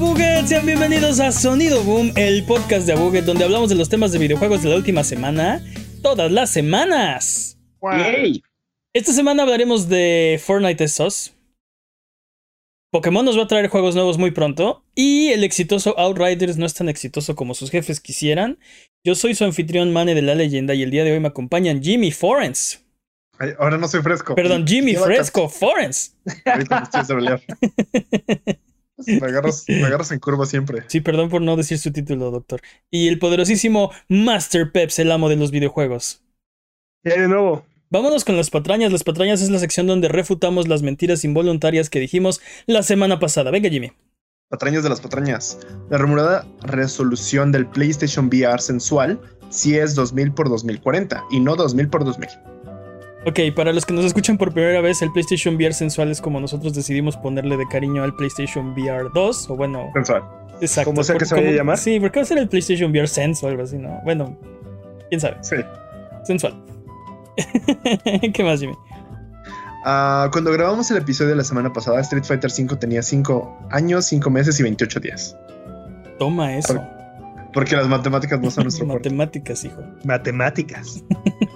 Abuget, sean bienvenidos a Sonido Boom, el podcast de Abuget, donde hablamos de los temas de videojuegos de la última semana, todas las semanas. Wow. Esta semana hablaremos de Fortnite SOS. Pokémon nos va a traer juegos nuevos muy pronto. Y el exitoso Outriders no es tan exitoso como sus jefes quisieran. Yo soy su anfitrión Mane de la Leyenda y el día de hoy me acompañan Jimmy Forens. Ay, ahora no soy fresco. Perdón, Jimmy Fresco Forens. Ahorita me estoy de pelear. Me agarras en curva siempre. Sí, perdón por no decir su título, doctor. Y el poderosísimo Master Peps, el amo de los videojuegos. ¿Qué hay de nuevo? Vámonos con las patrañas. Las patrañas es la sección donde refutamos las mentiras involuntarias que dijimos la semana pasada. Venga, Jimmy. Patrañas de las patrañas. La rumorada resolución del PlayStation VR sensual sí es 2000 por 2040 y no 2000 por 2000. Ok, para los que nos escuchan por primera vez, el PlayStation VR sensual es como nosotros decidimos ponerle de cariño al PlayStation VR 2, o bueno... Sensual. Exacto. ¿Cómo sea que se vaya a llamar? Sí, porque va a ser el PlayStation VR Sense o algo así, ¿no? Bueno, quién sabe. Sí. Sensual. ¿Qué más, Jimmy? Cuando grabamos el episodio de la semana pasada, Street Fighter V tenía 5 años, 5 meses y 28 días. Toma eso. Porque las matemáticas no son nuestro fuerte. Matemáticas, hijo. Matemáticas.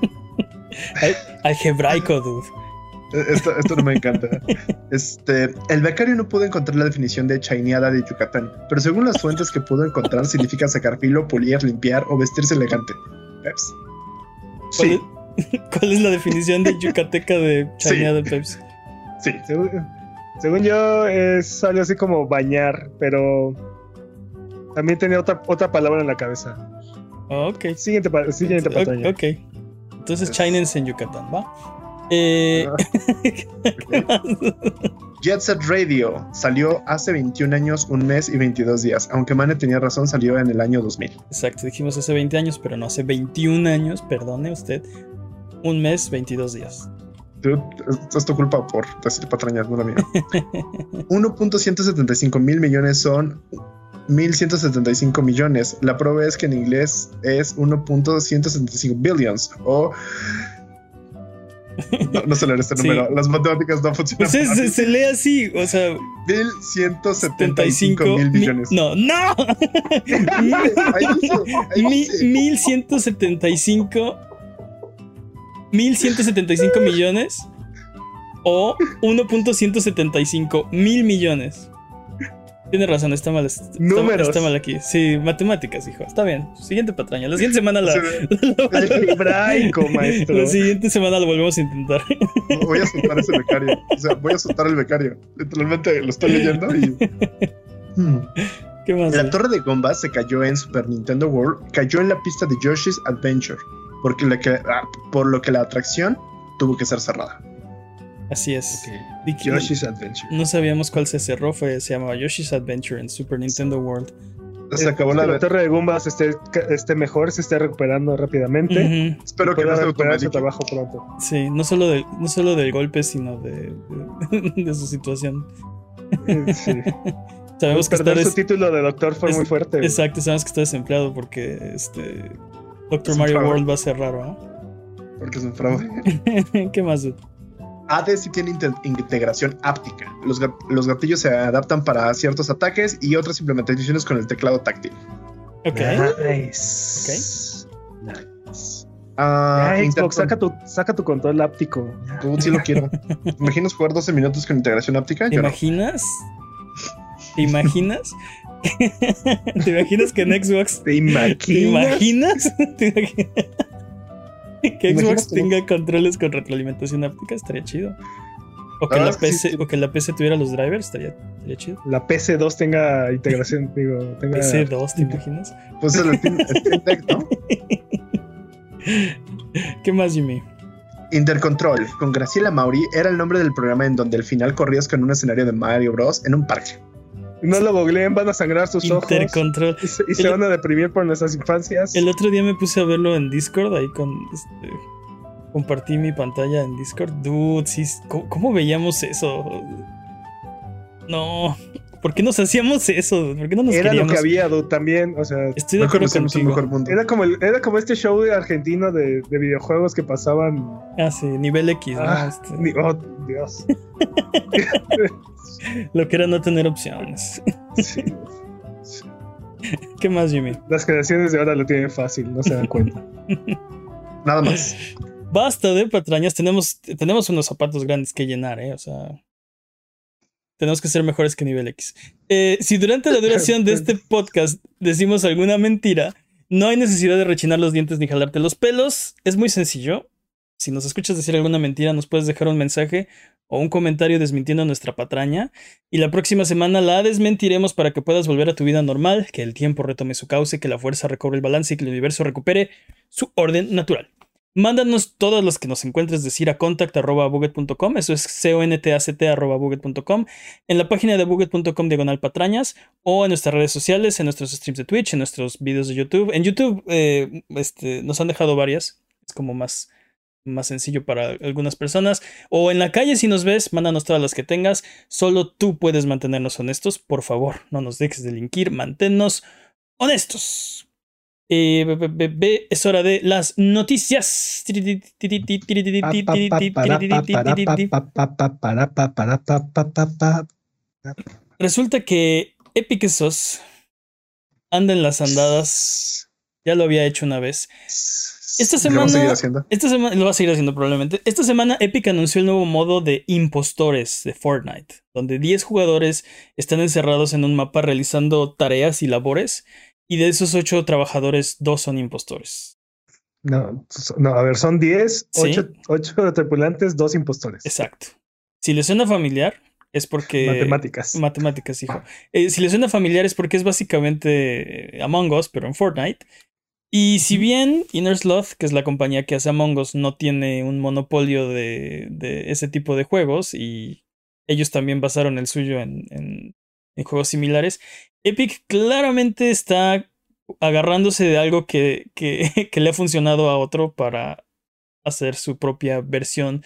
Algebraico, dude. Esto no me encanta. El becario no pudo encontrar la definición de chaineada de Yucatán, pero según las fuentes que pudo encontrar significa sacar filo, pulir, limpiar o vestirse elegante. Peps. Sí. ¿Cuál es la definición de yucateca de chaineada de Peps? Sí. Según yo es algo así como bañar, pero también tenía otra palabra en la cabeza. Ok. Siguiente patraña. Ok. Entonces Chinense en Yucatán, ¿va? Jet Set Radio salió hace 21 años, 1 mes y 22 días. Aunque Mane tenía razón, salió en el año 2000. Exacto, dijimos hace 20 años, pero no, hace 21 años, perdone usted. 1 mes, 22 días. Es tu culpa por decir patrañas, no la mía. 1.175 mil millones son 1.175 millones. La prueba es que en inglés es 1.175 billions o... No sé leer este número. Las matemáticas no funcionan. Pues se lee así, o sea... 1.175 mil millones. No. 1.175 millones o 1.175 mil millones. Tienes razón, está mal. Está mal aquí. Sí, matemáticas, hijo. Está bien. Siguiente patraña. La siguiente semana Hebraico, maestro. La siguiente semana lo volvemos a intentar. Voy a soltar ese becario. O sea, voy a soltar el becario. Literalmente lo estoy leyendo y... ¿Qué más? La torre de Gombas se cayó en Super Nintendo World. Cayó en la pista de Yoshi's Adventure. Por lo que la atracción tuvo que ser cerrada. Así es. Okay. Yoshi's Adventure. No sabíamos cuál se cerró, se llamaba Yoshi's Adventure en Super Nintendo World. Se acabó la torre de Goombas esté mejor, se esté recuperando rápidamente. Espero que no se recuperar su trabajo pronto. Sí, no solo del golpe, sino de su situación. Sí. Sabemos que su título de doctor fue muy fuerte. Exacto, sabemos que está desempleado porque Doctor Mario World va a ser raro, ¿no? Porque es un fraude. ¿Qué más, dude? Hades sí tiene integración áptica. Los gatillos se adaptan para ciertos ataques y otras implementaciones con el teclado táctil. Ok. Nice. Xbox, saca tu control áptico. Sí lo quiero. ¿Te imaginas jugar 12 minutos con integración áptica? ¿Te imaginas? ¿Te imaginas? ¿Te imaginas que en Xbox... ¿Te imaginas? Que Xbox tenga controles con retroalimentación áptica, estaría chido. O que la PC tuviera los drivers, estaría chido. La PC2 tenga integración, tenga... PC2, ¿te imaginas? Pues el Steam Deck, ¿no? ¿Qué más, Jimmy? Intercontrol, con Graciela Mauri, era el nombre del programa en donde al final corrías con un escenario de Mario Bros. En un parque. No lo googleen, van a sangrar sus Intercontrol. ojos y se van a deprimir por nuestras infancias. El otro día me puse a verlo en Discord, ahí compartí mi pantalla en Discord. Dude, sí, ¿cómo veíamos eso? No, ¿por qué nos hacíamos eso? ¿Por qué no nos Era queríamos? Lo que había, dude, también, o sea... Estoy de acuerdo contigo. Era como este show argentino de videojuegos que pasaban... Ah, sí, nivel X, ¿no? Oh, Dios. Lo que era no tener opciones. Sí. ¿Qué más, Jimmy? Las generaciones de ahora lo tienen fácil, no se dan cuenta. Nada más. Basta de patrañas, tenemos unos zapatos grandes que llenar, o sea, tenemos que ser mejores que nivel X. Si durante la duración de este podcast decimos alguna mentira, no hay necesidad de rechinar los dientes ni jalarte los pelos, es muy sencillo. Si nos escuchas decir alguna mentira, nos puedes dejar un mensaje o un comentario desmintiendo nuestra patraña, y la próxima semana la desmentiremos para que puedas volver a tu vida normal, que el tiempo retome su cauce, que la fuerza recobre el balance y que el universo recupere su orden natural. Mándanos todas las que nos encuentres decir a contact@buget.com, eso es contact@buget.com, en la página de buget.com/patrañas, o en nuestras redes sociales, en nuestros streams de Twitch, en nuestros videos de YouTube. En YouTube nos han dejado varias, es como más sencillo para algunas personas. O en la calle, si nos ves, mándanos todas las que tengas. Solo tú puedes mantenernos honestos. Por favor, no nos dejes delinquir. Manténnos honestos. Es hora de las noticias. Resulta que Epic Sos anda en las andadas. Ya lo había hecho una vez. Esta semana lo va a seguir haciendo probablemente. Esta semana Epic anunció el nuevo modo de impostores de Fortnite, donde 10 jugadores están encerrados en un mapa realizando tareas y labores, y de esos 8 trabajadores, 2 son impostores. No, a ver, son 10, ¿Sí? 8 tripulantes, 2 impostores. Exacto. Si les suena familiar, es porque... Matemáticas, hijo. Si les suena familiar es porque es básicamente Among Us, pero en Fortnite. Y si bien Inner Sloth, que es la compañía que hace Among Us, no tiene un monopolio de ese tipo de juegos, y ellos también basaron el suyo en juegos similares, Epic claramente está agarrándose de algo que le ha funcionado a otro para hacer su propia versión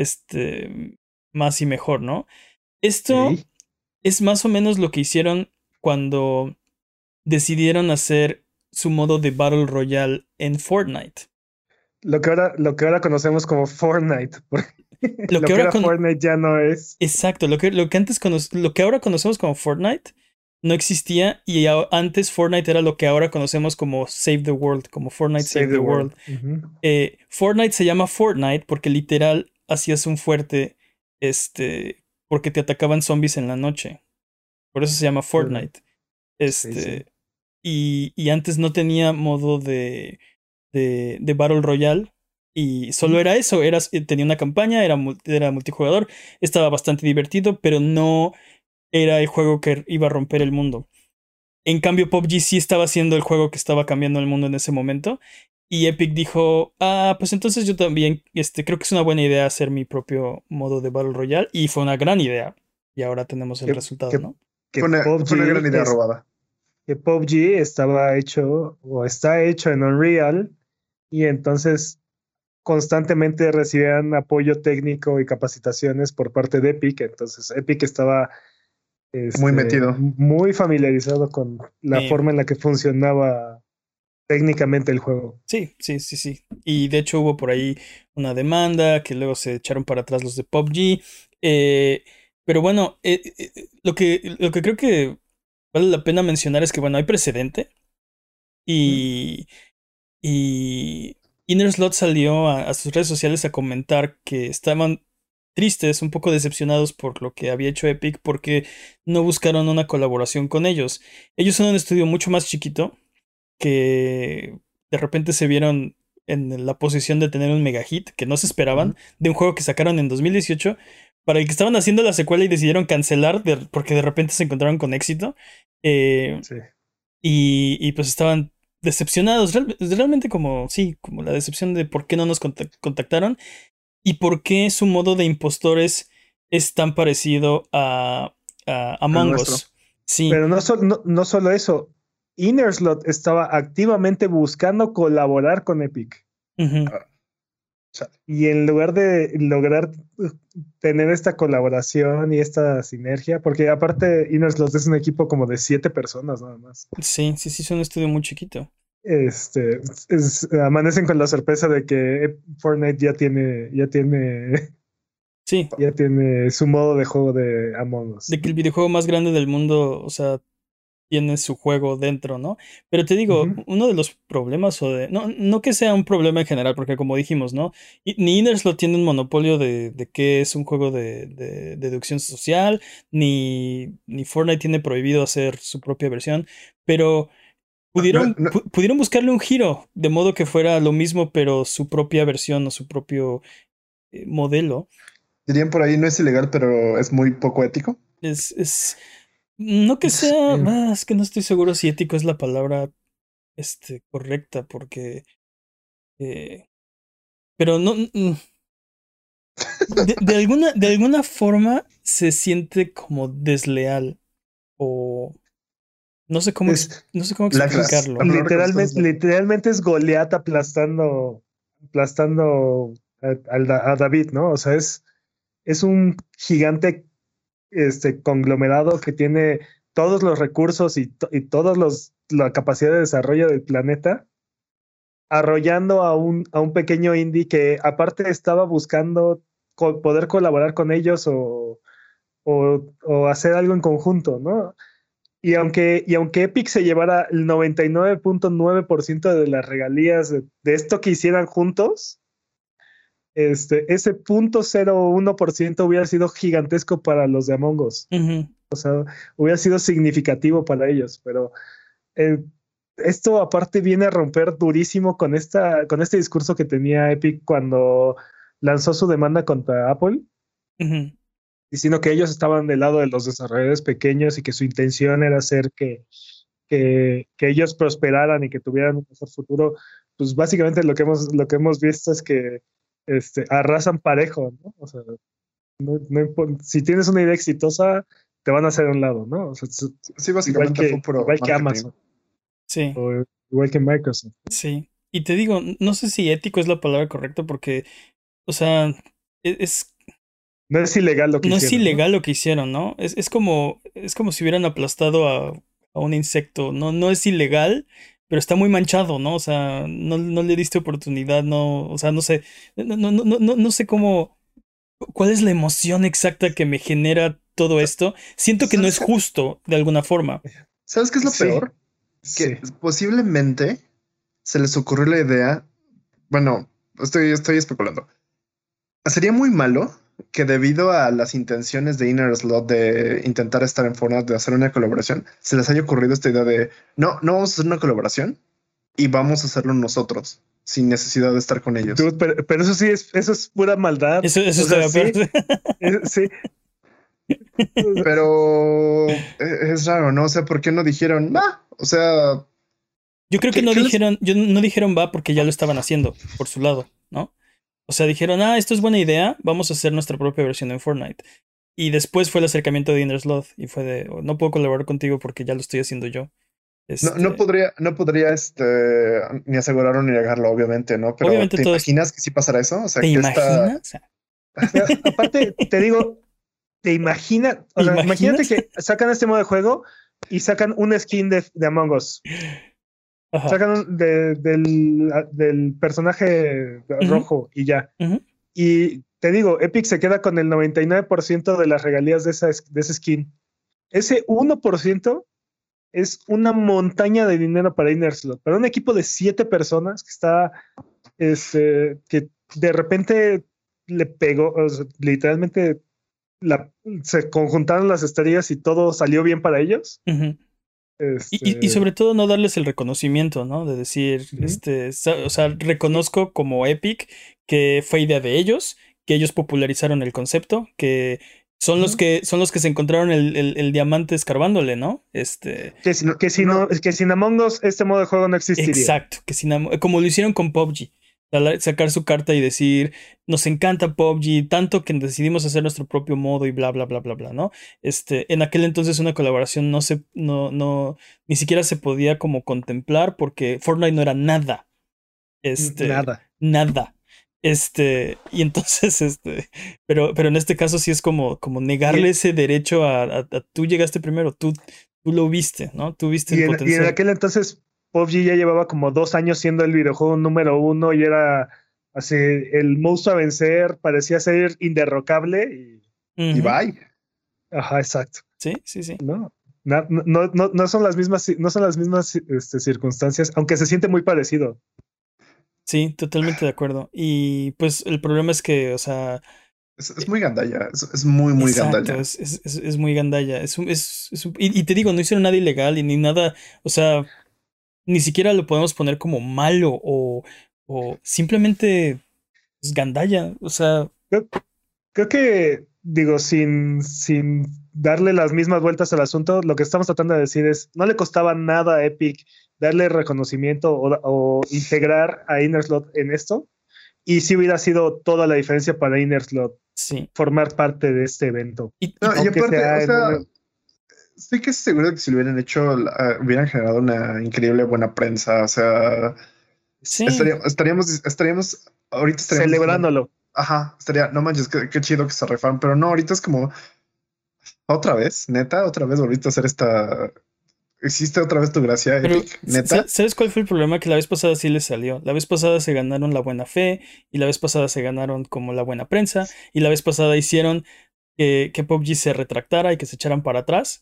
más y mejor, ¿no? Esto es más o menos lo que hicieron cuando decidieron hacer su modo de Battle Royale en Fortnite. Lo que ahora conocemos como Fortnite. Lo que ahora Fortnite ya no es. Exacto, lo que ahora conocemos como Fortnite no existía, y antes Fortnite era lo que ahora conocemos como Save the World, como Fortnite Save the World. Fortnite se llama Fortnite porque literal hacías un fuerte porque te atacaban zombies en la noche. Por eso se llama Fortnite. Sí. Y antes no tenía modo de Battle Royale, y solo era eso, tenía una campaña, era multijugador, estaba bastante divertido, pero no era el juego que iba a romper el mundo. En cambio, PUBG sí estaba siendo el juego que estaba cambiando el mundo en ese momento, y Epic dijo, pues entonces yo también creo que es una buena idea hacer mi propio modo de Battle Royale, y fue una gran idea, y ahora tenemos el resultado, ¿no? Fue una gran idea robada. Que PUBG estaba hecho o está hecho en Unreal, y entonces constantemente recibían apoyo técnico y capacitaciones por parte de Epic. Entonces Epic estaba muy metido, muy familiarizado con la forma en la que funcionaba técnicamente el juego. Sí. Y de hecho hubo por ahí una demanda que luego se echaron para atrás los de PUBG. Pero bueno, lo que creo que vale la pena mencionar es que, bueno, hay precedente. Y Inner Sloth salió a sus redes sociales a comentar que estaban tristes, un poco decepcionados por lo que había hecho Epic, porque no buscaron una colaboración con ellos. Ellos son un estudio mucho más chiquito, que de repente se vieron en la posición de tener un mega hit que no se esperaban, de un juego que sacaron en 2018, para el que estaban haciendo la secuela y decidieron cancelar porque de repente se encontraron con éxito. Y pues estaban decepcionados, realmente como la decepción de por qué no nos contactaron y por qué su modo de impostores es tan parecido a Among Us. Sí. Pero no solo eso, Inner Sloth estaba activamente buscando colaborar con Epic. Y en lugar de lograr tener esta colaboración y esta sinergia, porque aparte Inner Sloth es un equipo como de 7 personas nada más. Sí, es un estudio muy chiquito. Amanecen con la sorpresa de que Fortnite ya tiene su modo de juego de Among Us. De que el videojuego más grande del mundo, o sea, tiene su juego dentro, ¿no? Pero te digo, uno de los problemas, no que sea un problema en general, porque como dijimos, ¿no? Ni Innersloth tiene un monopolio de qué es un juego de deducción social, ni Fortnite tiene prohibido hacer su propia versión, pero pudieron buscarle un giro, de modo que fuera lo mismo, pero su propia versión o su propio modelo. Dirían por ahí, no es ilegal, pero es muy poco ético. No que sea, es que no estoy seguro si ético es la palabra correcta, porque pero no de alguna forma se siente como desleal o no sé cómo no sé cómo explicarlo. Literalmente es Goliat aplastando a David, ¿no? O sea, es un gigante conglomerado que tiene todos los recursos y todos la capacidad de desarrollo del planeta, arrollando a un pequeño indie que aparte estaba buscando poder colaborar con ellos o hacer algo en conjunto, ¿no? Y aunque Epic se llevara el 99.9% de las regalías de esto que hicieran juntos, ese 0.01% hubiera sido gigantesco para los de Among Us. O sea, hubiera sido significativo para ellos, pero esto aparte viene a romper durísimo con este discurso que tenía Epic cuando lanzó su demanda contra Apple, diciendo que ellos estaban del lado de los desarrolladores pequeños y que su intención era hacer que ellos prosperaran y que tuvieran un mejor futuro. Pues básicamente lo que hemos visto es que arrasan parejo, ¿no? O sea, si tienes una idea exitosa, te van a hacer a un lado, ¿no? O sea, sí, básicamente igual que Amazon. Sí. O igual que Microsoft. Sí. Y te digo, no sé si ético es la palabra correcta porque, o sea, no es ilegal lo que hicieron. No es ilegal lo que hicieron, ¿no? Es como si hubieran aplastado a un insecto. No es ilegal, pero está muy manchado, ¿no? O sea, no le diste oportunidad, no, o sea, no sé, no sé cómo, cuál es la emoción exacta que me genera todo esto. Siento que no es justo de alguna forma. ¿Sabes qué es lo peor? Que posiblemente se les ocurrió la idea, bueno, estoy especulando. Sería muy malo que debido a las intenciones de Innersloth de intentar estar en Fortnite, de hacer una colaboración, se les haya ocurrido esta idea de no vamos a hacer una colaboración y vamos a hacerlo nosotros sin necesidad de estar con ellos. Dude, pero eso sí eso es pura maldad. Eso está peor. Sí. Pero es raro, ¿no? O sea, ¿por qué no dijeron va? O sea, yo creo que no dijeron va porque ya lo estaban haciendo por su lado, ¿no? O sea, dijeron, esto es buena idea, vamos a hacer nuestra propia versión en Fortnite. Y después fue el acercamiento de Innersloth y fue de, no puedo colaborar contigo porque ya lo estoy haciendo yo. No podría ni asegurarlo ni negarlo, obviamente, ¿no? Pero obviamente ¿te imaginas que sí pasará eso? O sea, ¿te imaginas? Aparte, te digo, ¿te imaginas? O sea, imagínate que sacan este modo de juego y sacan un skin de Among Us. Ajá. Sacan del personaje rojo y ya. Y te digo, Epic se queda con el 99% de las regalías de ese skin. Ese 1% es una montaña de dinero para Innersloth. Para un equipo de 7 personas que está, que de repente le pegó, o sea, literalmente se conjuntaron las estrellas y todo salió bien para ellos. Y sobre todo no darles el reconocimiento, ¿no? De decir, o sea, reconozco como Epic que fue idea de ellos, que ellos popularizaron el concepto, que son los que se encontraron el diamante escarbándole, ¿no? Que sin Among Us este modo de juego no existiría. Exacto, como lo hicieron con PUBG. Sacar su carta y decir, nos encanta PUBG, tanto que decidimos hacer nuestro propio modo y bla, bla, bla, bla, bla, ¿no? En aquel entonces una colaboración ni siquiera se podía como contemplar porque Fortnite no era nada. Nada. Y entonces, pero en este caso sí es como negarle ese derecho a tú llegaste primero, tú lo viste, ¿no? Tú viste el potencial. Y en aquel entonces PUBG ya llevaba como 2 años siendo el videojuego número 1 y era así el monstruo a vencer, parecía ser inderrocable y bye. Ajá, exacto. Sí. ¿No? No son las mismas, no son las mismas circunstancias, aunque se siente muy parecido. Sí, totalmente de acuerdo. Y pues el problema es que, o sea, Es muy gandalla. Es muy, muy exacto, gandalla. es muy gandalla. Y te digo, no hicieron nada ilegal y ni nada, o sea, ni siquiera lo podemos poner como malo o simplemente es gandalla. O sea, Creo, creo que, digo, sin darle las mismas vueltas al asunto, lo que estamos tratando de decir es, no le costaba nada a Epic darle reconocimiento o integrar a Innerslot en esto, y sí hubiera sido toda la diferencia para Innerslot sí. formar parte de este evento. No, y Aunque aparte, sea o en sea, un... estoy casi seguro de que si lo hubieran hecho, hubieran generado una increíble buena prensa. O sea, Sí, ahorita estaríamos diciendo, celebrándolo. ajá, estaría, no manches, qué chido que se rifaron, pero no, ahorita es como, otra vez, neta, otra vez volviste a hacer ¿existe otra vez tu gracia, pero Epic? ¿Neta? ¿sabes cuál fue el problema? Que la vez pasada sí les salió. La vez pasada se ganaron la buena fe y la vez pasada se ganaron como la buena prensa y la vez pasada hicieron que PUBG se retractara y que se echaran para atrás.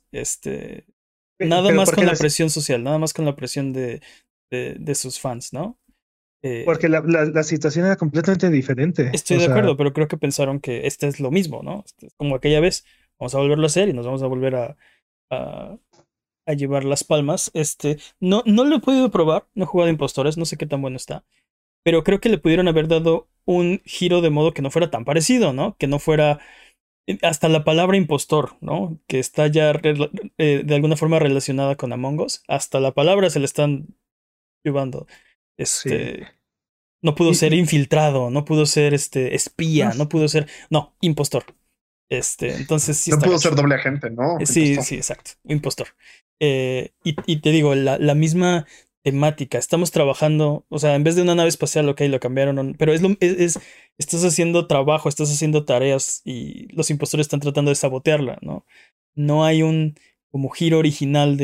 Nada Pero más porque con la presión social, nada más con la presión de sus fans, ¿no? porque Eh, la situación era completamente diferente. Estoy O de sea, acuerdo, pero creo que pensaron que este es lo mismo, ¿no? Es como aquella vez, vamos a volverlo a hacer y nos vamos a volver a, a llevar las palmas. No lo he podido probar, no he jugado impostores, no sé qué tan bueno está, pero creo que le pudieron haber dado un giro de modo que no fuera tan parecido, ¿no? Que no fuera hasta la palabra impostor, ¿no? Que está ya de alguna forma relacionada con Among Us, hasta la palabra se le están llevando. sí. Este, no pudo ser Y infiltrado, no pudo ser no, espía, no pudo ser. No, impostor. Entonces sí No está pudo gacho. ser doble agente, ¿no? Sí, Impostor. sí, exacto. Impostor. Y te digo, la misma temática. Estamos trabajando. O sea, en vez de una nave espacial, ok, lo cambiaron. Pero estás haciendo trabajo, estás haciendo tareas y los impostores están tratando de sabotearla, ¿no? No hay un como giro original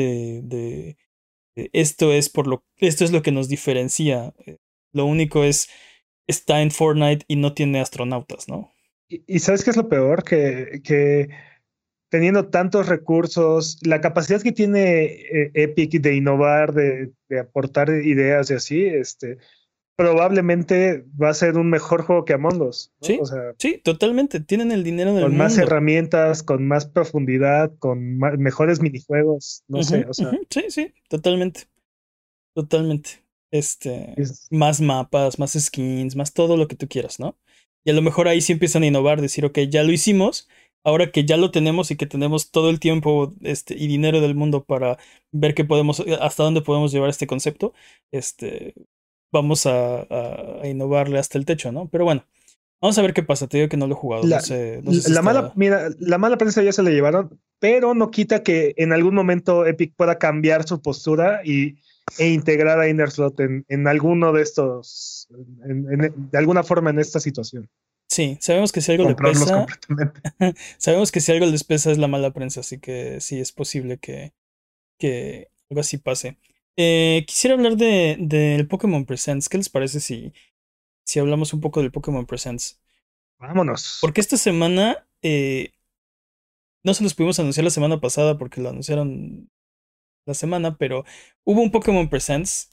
de esto es lo que nos diferencia. Lo único es está en Fortnite y no tiene astronautas, ¿no? y ¿sabes qué es lo peor? Que teniendo tantos recursos, la capacidad que tiene Epic de innovar, de aportar ideas y así, probablemente va a ser un mejor juego que Among Us, ¿no? O Sí, sea, sí, totalmente. Tienen el dinero del con más mundo. herramientas, con más profundidad, con mejores minijuegos, no sé, Ujú, o sea, ujú, sí, sí, totalmente. Totalmente. es- Más mapas, más skins, más todo lo que tú quieras, ¿no? Y a lo mejor ahí sí empiezan a innovar, decir, ok, ya lo hicimos, ahora que ya lo tenemos y que tenemos todo el tiempo, y dinero del mundo para ver qué podemos, hasta dónde podemos llevar este concepto, este, vamos a innovarle hasta el techo, ¿no? Pero bueno, vamos a ver qué pasa. Te digo que no lo he jugado, la, no sé si está. mira, la mala prensa ya se la llevaron, pero no quita que en algún momento Epic pueda cambiar su postura e integrar a Innerslot en alguno de estos, de alguna forma en esta situación. Sí, sabemos que si algo le Comprarlos pesa, completamente. sabemos que si algo les pesa es la mala prensa, así que sí es posible que algo así pase. Quisiera hablar del Pokémon Presents. ¿Qué les parece si hablamos un poco del Pokémon Presents? Vámonos. Porque esta semana no se los pudimos anunciar la semana pasada porque lo anunciaron la semana, pero hubo un Pokémon Presents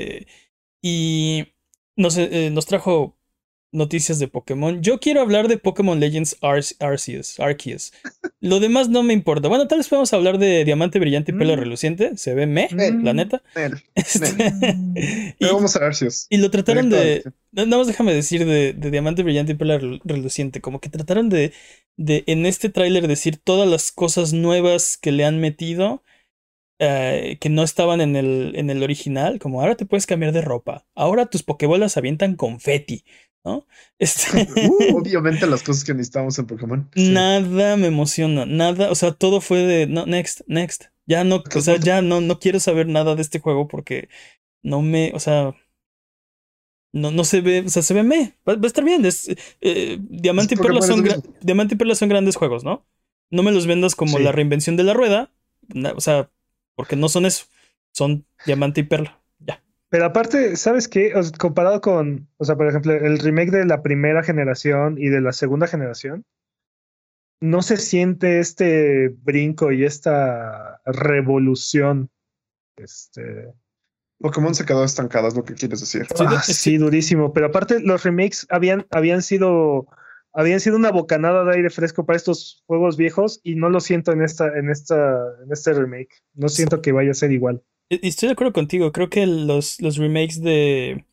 y nos trajo noticias de Pokémon. Yo quiero hablar de Pokémon Legends Arceus. Lo demás no me importa. Bueno, tal vez podemos hablar de Diamante Brillante y Perla Mm, Reluciente. Se ve la mm, neta. Nel, Nel. Pero Y, vamos a ver si es y lo trataron directo a la de. acción. Nada más déjame decir de Diamante Brillante y Perla Reluciente. Como que trataron de en este tráiler decir todas las cosas nuevas que le han metido. Que no estaban en el original, como ahora te puedes cambiar de ropa, ahora tus pokebolas avientan confeti, ¿no? Obviamente las cosas que necesitamos en Pokémon. sí. Nada me emociona, nada, o sea, todo fue de, no, next, ya no, o Pues sea, no, ya no quiero saber nada de este juego porque o sea, no se ve, o sea, se ve va a estar bien, es Pokémon es lo mismo. Diamante y Perla son grandes juegos, ¿no? No me los vendas como la Sí. reinvención de la rueda, o sea, porque no son eso, son Diamante y Perla, ya. Pero aparte, ¿sabes qué? O sea, comparado con, o sea, por ejemplo, el remake de la primera generación y de la segunda generación, no se siente este brinco y esta revolución. Pokémon se quedó estancado, es lo que quieres decir. Sí, durísimo. Pero aparte, los remakes habían sido una bocanada de aire fresco para estos juegos viejos y no lo siento en este remake. No siento que vaya a ser igual. Y estoy de acuerdo contigo. Creo que los remakes de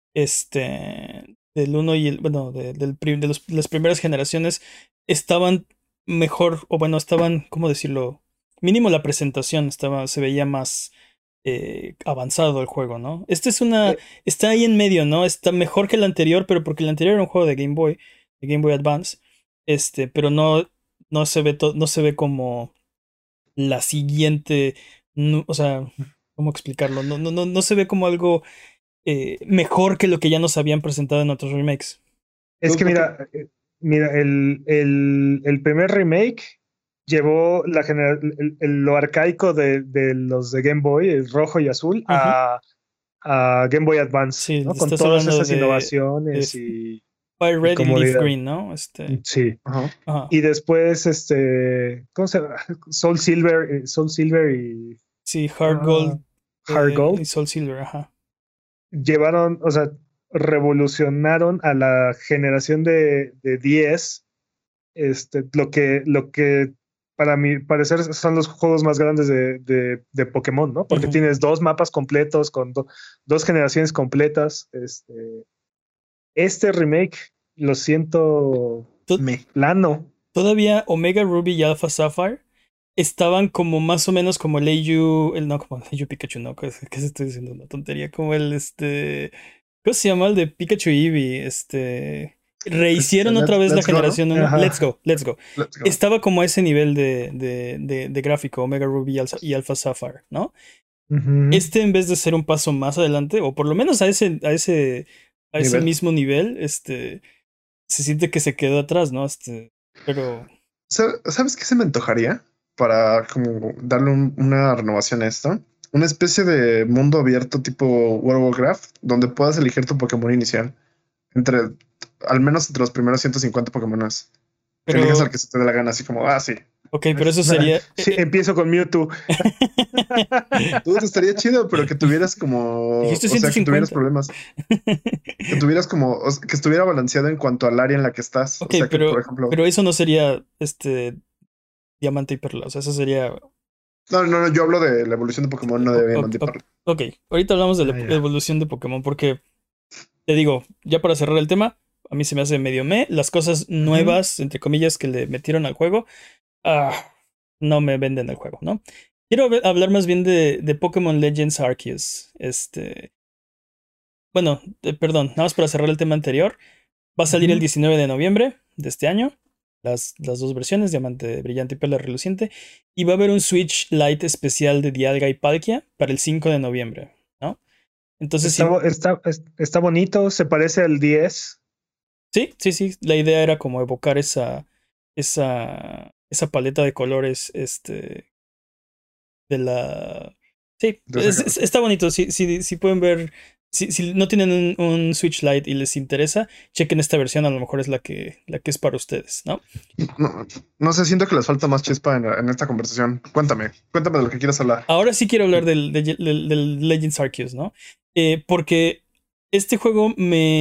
del 1 y el, bueno, de las primeras generaciones estaban mejor, o bueno, estaban, ¿cómo decirlo? Mínimo la presentación se veía más avanzado el juego, ¿no? Eh, Está ahí en medio, ¿no? Está mejor que el anterior, pero porque el anterior era un juego de Game Boy Advance, pero no se ve no se ve como la siguiente, o sea, ¿cómo explicarlo? No se ve como algo mejor que lo que ya nos habían presentado en otros remakes. Es que mira, el primer remake llevó lo arcaico de los de Game Boy, el rojo y azul, Ujú. a Game Boy Advance, Sí, ¿no? Con estás todas hablando esas de innovaciones Fire y Red y Leaf comodidad. Green, ¿no? Sí. Ajá. Ajá. Y después, ¿cómo se llama? Soul Silver y Sí, Heart Gold Heart y Gold Soul Silver, ajá. llevaron, o sea, revolucionaron a la generación de 10, lo que para mi parecer son los juegos más grandes de Pokémon, ¿no? Porque Ujú. tienes dos mapas completos con dos generaciones completas. Este remake lo siento To- Me. plano. Todavía Omega Ruby y Alpha Sapphire estaban como más o menos como el AU, no como el AU Pikachu, no, ¿qué se estoy diciendo? Una tontería, como el ¿cómo se llama? El de Pikachu y Eevee, rehicieron otra vez la Let's go, ¿no? generación 1. Let's Ajá. go, let's go. Let's go. Estaba como a ese nivel de gráfico, Omega Ruby y Alpha Sapphire, ¿no? Ujú. En vez de ser un paso más adelante, o por lo menos a ese Nivel. mismo nivel, se siente que se quedó atrás, ¿no? Pero ¿Sabes qué se me antojaría para como darle una renovación a esto? Una especie de mundo abierto tipo World of Warcraft, donde puedas elegir tu Pokémon inicial entre, al menos entre los primeros 150 Pokémones. Que elijas al Pero, que se te dé la gana, así como, sí. ok, pero eso sería. Sí, empiezo con Mewtwo. Tú estaría chido, pero que tuvieras como, Dijiste o sea, que tuvieras 150. problemas, que tuvieras como, que estuviera balanceado en cuanto al área en la que estás. O Ok, sea, que por ejemplo, pero eso no sería diamante y perla. O sea, eso sería. no, yo hablo de la evolución de Pokémon, no de Diamante y Ok, Perla. ok, ahorita hablamos de la Ya. evolución de Pokémon porque te digo, ya para cerrar el tema, a mí se me hace medio las cosas Ujú. nuevas, entre comillas, que le metieron al juego, ah, no me venden el juego, ¿no? Quiero hablar más bien de Pokémon Legends Arceus. Bueno, perdón, nada más para cerrar el tema anterior. Va a salir el Ujú. 19 de noviembre de este año. Las dos versiones, Diamante Brillante y Perla Reluciente. Y va a haber un Switch Lite especial de Dialga y Palkia para el 5 de noviembre, ¿no? Entonces, Está, sí, bo- está, es- está bonito, se parece al 10. sí. La idea era como evocar esa paleta de colores, de la. Sí, De esa generación. está bonito. Si pueden ver. Si no tienen un Switch Lite y les interesa, chequen esta versión, a lo mejor es la que es para ustedes, ¿no? No, no sé, siento que les falta más chispa en esta conversación. Cuéntame de lo que quieras hablar. Ahora sí quiero hablar del Legends Arceus, ¿no? Porque este juego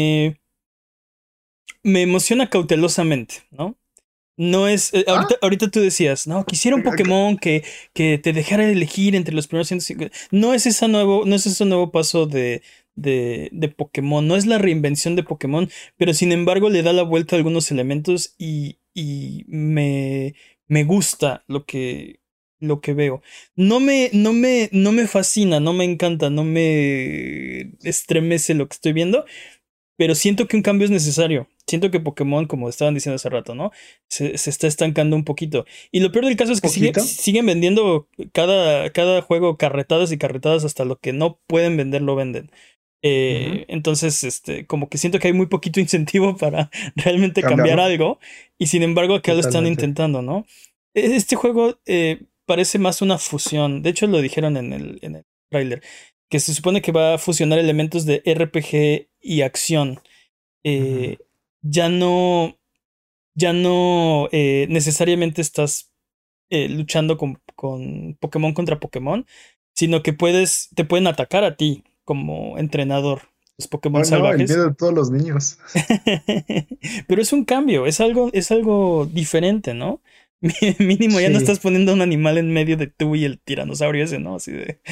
me emociona cautelosamente, ¿no? No es. Ah, Ahorita tú decías, no, quisiera un Pokémon que te dejara elegir entre los primeros 150. No es ese nuevo paso de Pokémon. No es la reinvención de Pokémon, pero sin embargo le da la vuelta a algunos elementos y me gusta lo que veo. No me fascina, no me encanta, no me estremece lo que estoy viendo, pero siento que un cambio es necesario. Siento que Pokémon, como estaban diciendo hace rato, ¿no? Se está estancando un poquito. Y lo peor del caso es que Poquito. siguen vendiendo cada juego carretadas y carretadas hasta lo que no pueden vender, lo venden. Ujú. Entonces, como que siento que hay muy poquito incentivo para realmente cambiar cambiarlo. algo. Y sin embargo, acá lo están Totalmente. intentando, ¿no? Este juego parece más una fusión. De hecho, lo dijeron en el tráiler. Que se supone que va a fusionar elementos de RPG y acción. Ujú. eh, ya no. ya no necesariamente estás luchando con Pokémon contra Pokémon, sino que te pueden atacar a ti como entrenador, los Pokémon Oh, no, el salvajes. miedo de todos los niños. Pero es un cambio, es algo diferente, ¿no? Mínimo ya no Sí. estás poniendo un animal en medio de tú y el tiranosaurio ese, ¿no? Así de.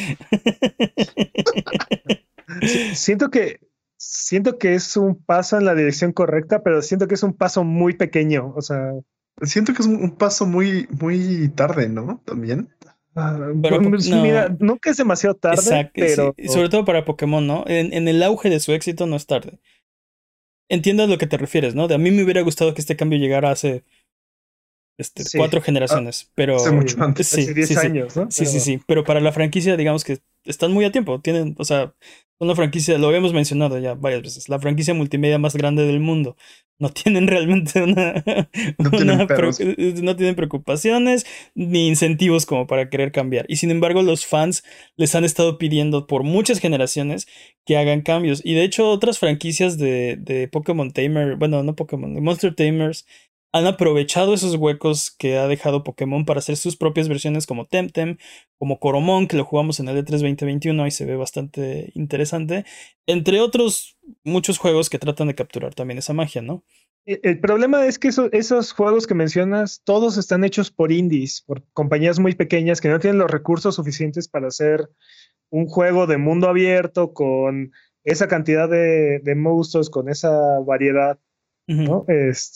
Sí, siento que es un paso en la dirección correcta, pero siento que es un paso muy pequeño. O sea, Siento que es un paso muy, muy tarde, ¿no? También. Pero pues no, mira, nunca es demasiado tarde, exacto, sí, pero sobre todo para Pokémon, ¿no? En el auge de su éxito no es tarde. Entiendo a lo que te refieres, ¿no? De a mí me hubiera gustado que este cambio llegara hace sí, 4 Ah, generaciones, hace pero mucho antes. hace sí, 10 sí, sí, años, ¿no? sí, sí, Pero sí, pero para la franquicia digamos que están muy a tiempo, tienen, o sea, una franquicia, lo habíamos mencionado ya varias veces, la franquicia multimedia más grande del mundo, no tienen realmente No tienen perros. no tienen preocupaciones ni incentivos como para querer cambiar, y sin embargo los fans les han estado pidiendo por muchas generaciones que hagan cambios, y de hecho otras franquicias de Pokémon Tamer, bueno, no Pokémon, de Monster Tamers, han aprovechado esos huecos que ha dejado Pokémon para hacer sus propias versiones como Temtem, como Coromon, que lo jugamos en el E3 2021 y se ve bastante interesante, entre otros muchos juegos que tratan de capturar también esa magia, ¿no? el problema es que esos juegos que mencionas, todos están hechos por indies, por compañías muy pequeñas que no tienen los recursos suficientes para hacer un juego de mundo abierto con esa cantidad de monstruos, con esa variedad, Ujú. ¿no?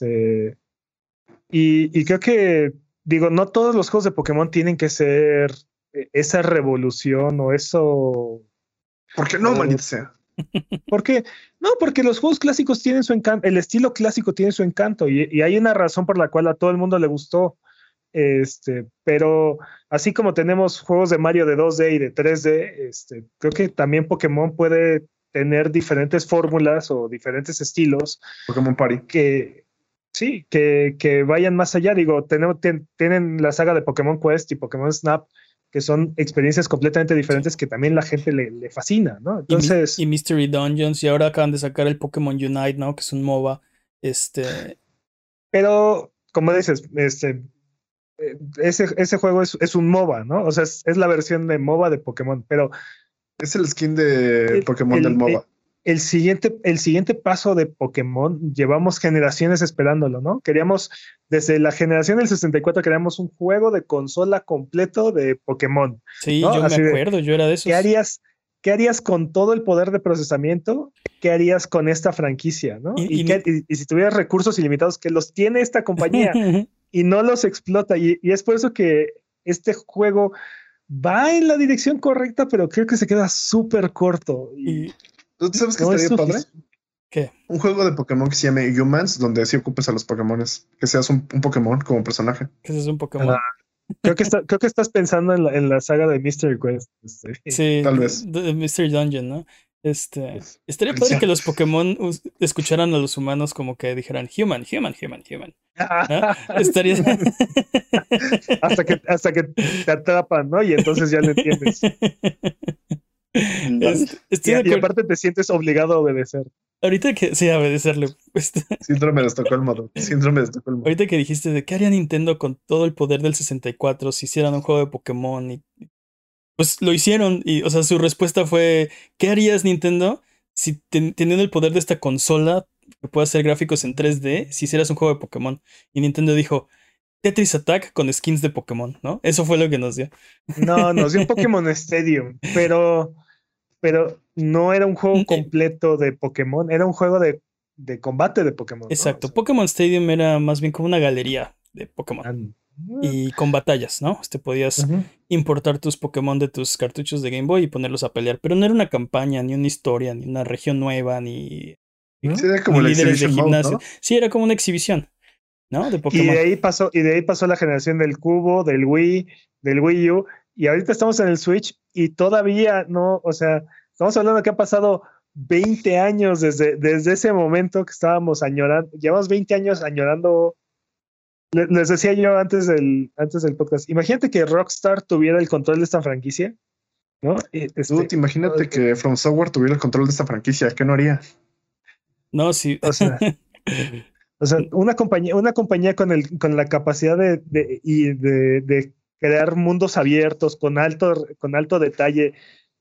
Y creo que, digo, no todos los juegos de Pokémon tienen que ser esa revolución o eso. ¿Por qué no, O, maldita sea? ¿por qué? No, porque los juegos clásicos tienen su encanto, el estilo clásico tiene su encanto y hay una razón por la cual a todo el mundo le gustó. Pero así como tenemos juegos de Mario de 2D y de 3D, creo que también Pokémon puede tener diferentes fórmulas o diferentes estilos Pokémon Party. que sí, que vayan más allá. Digo, tienen la saga de Pokémon Quest y Pokémon Snap, que son experiencias completamente Sí. diferentes que también la gente le fascina, ¿no? Y Entonces, Mystery Dungeons, y ahora acaban de sacar el Pokémon Unite, ¿no? Que es un MOBA. Este. pero como dices, ese juego es un MOBA, ¿no? O sea, es la versión de MOBA de Pokémon, pero Es el skin de el, Pokémon del el, MOBA. el siguiente paso de Pokémon, llevamos generaciones esperándolo, ¿no? Queríamos, desde la generación del 64, queríamos un juego de consola completo de Pokémon, Sí, ¿no? yo me Así de, acuerdo, yo era de ¿qué esos. harías, ¿qué harías con todo el poder de procesamiento? ¿Qué harías con esta franquicia, ¿no? Y, Y si tuvieras recursos ilimitados, que los tiene esta compañía y no los explota. Y es por eso que este juego va en la dirección correcta, pero creo que se queda súper corto y y, ¿Tú sabes qué no es estaría padre? suficiente. ¿Qué? Un juego de Pokémon que se llame Humans, donde sí ocupes a los Pokémones. Que seas un Pokémon como personaje. ¿Qué es un Pokémon? Creo que estás pensando en la saga de Mystery Quest. Sí, Tal vez. de Mystery Dungeon, ¿no? Pues, Estaría padre que los Pokémon escucharan a los humanos como que dijeran human, human, human, human. ¿No? Estaría. Hasta que te atrapan, ¿no? Y entonces ya le entiendes. Estoy de Y acuerdo. aparte te sientes obligado a obedecer. Ahorita que. Sí, a obedecerle. Síndrome de Estocolmo. Síndrome de Estocolmo. Ahorita que dijiste de qué haría Nintendo con todo el poder del 64 si hicieran un juego de Pokémon y pues lo hicieron y, o sea, su respuesta fue, ¿qué harías Nintendo si teniendo el poder de esta consola que puede hacer gráficos en 3D si hicieras un juego de Pokémon? Y Nintendo dijo, Tetris Attack con skins de Pokémon, ¿no? Eso fue lo que nos dio. No, nos dio un Pokémon Stadium, pero no era un juego completo de Pokémon, era un juego de combate de Pokémon, ¿no? O Exacto, sea, Pokémon Stadium era más bien como una galería de Pokémon. an- Y con batallas, ¿no? Podías Ujú. importar tus Pokémon de tus cartuchos de Game Boy y ponerlos a pelear. Pero no era una campaña, ni una historia, ni una región nueva, ¿No? Sería como ni el líderes de Exhibition Mode, gimnasio. ¿no? Sí, era como una exhibición, ¿no? De Y Pokémon. de ahí pasó la generación del Cubo, del Wii, del Wii U, y ahorita estamos en el Switch y todavía no, o sea, estamos hablando que ha pasado 20 años desde ese momento que estábamos añorando, llevamos 20 años añorando. Les decía yo antes del podcast, imagínate que Rockstar tuviera el control de esta franquicia, ¿no? Dude, imagínate que From Software tuviera el control de esta franquicia. ¿Qué no haría? No, sí. O sea, O sea, una compañía con la capacidad de crear mundos abiertos con alto detalle,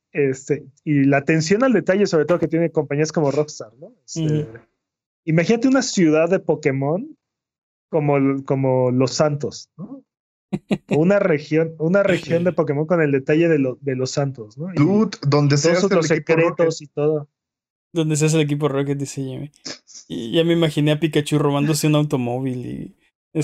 y la atención al detalle, sobre todo que tiene compañías como Rockstar, ¿no? Imagínate una ciudad de Pokémon como Los Santos, ¿no? O una región de Pokémon con el detalle de Los Santos, ¿no? Dude, donde seas Todos el los equipo Rocket. secretos y todo. Donde se hace el equipo Rocket, dice Jimmy. Y ya me imaginé a Pikachu robándose un automóvil y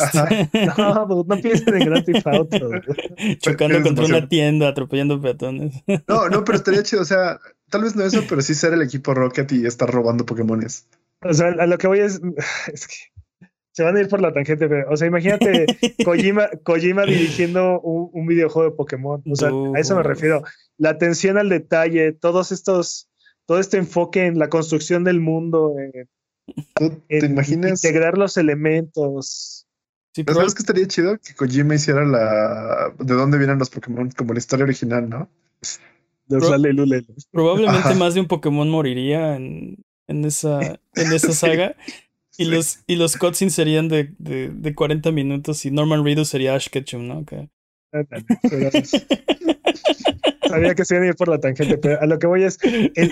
No piensen en Grand Theft Auto. chocando Es contra demasiado. una tienda, atropellando peatones. No, pero estaría chido. O sea, tal vez no eso, pero sí ser el equipo Rocket y estar robando Pokémones. O sea, a lo que voy es que se van a ir por la tangente, pero, o sea, imagínate Kojima dirigiendo un videojuego de Pokémon. O sea, a eso me refiero. La atención al detalle, todo este enfoque en la construcción del mundo, ¿Tú te imaginas? integrar los elementos. Sí, ¿Sabes qué estaría chido? Que Kojima hiciera de dónde vienen los Pokémon, como la historia original, ¿no? probablemente Ajá. más de un Pokémon moriría en esa Sí. saga. Y Sí. los cutscenes serían de 40 minutos y Norman Reedus sería Ash Ketchum, ¿no? Okay. Pero sabía que se iban a ir por la tangente, pero a lo que voy es,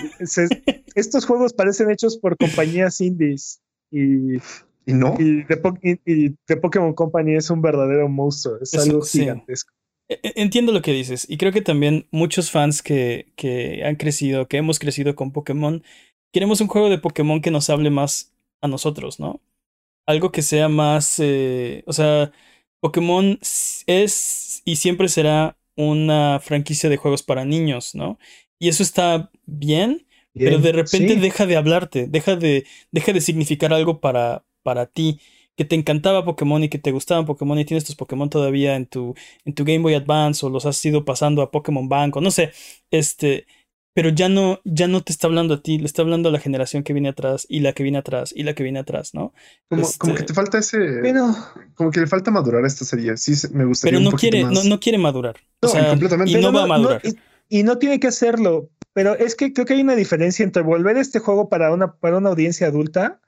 estos juegos parecen hechos por compañías indies ¿Y no? y The Pokémon Company es un verdadero monstruo, es algo Sí. gigantesco. Entiendo lo que dices y creo que también muchos fans que han crecido, que hemos crecido con Pokémon, queremos un juego de Pokémon que nos hable más a nosotros, ¿no? Algo que sea más, o sea, Pokémon es y siempre será una franquicia de juegos para niños, ¿no? Y eso está bien, pero de repente Sí. deja de hablarte, deja de significar algo para ti, que te encantaba Pokémon y que te gustaban Pokémon y tienes tus Pokémon todavía en tu Game Boy Advance o los has ido pasando a Pokémon Bank o no sé, pero ya no te está hablando a ti, le está hablando a la generación que viene atrás y la que viene atrás y la que viene atrás, ¿no? Como que te falta ese. Pero, Como que le falta madurar a esta serie. Sí, me gustaría pero un no poquito quiere, más. no quiere madurar. O No, y sea, completamente. y no va a madurar. y no tiene que hacerlo, pero es que creo que hay una diferencia entre volver este juego para una audiencia adulta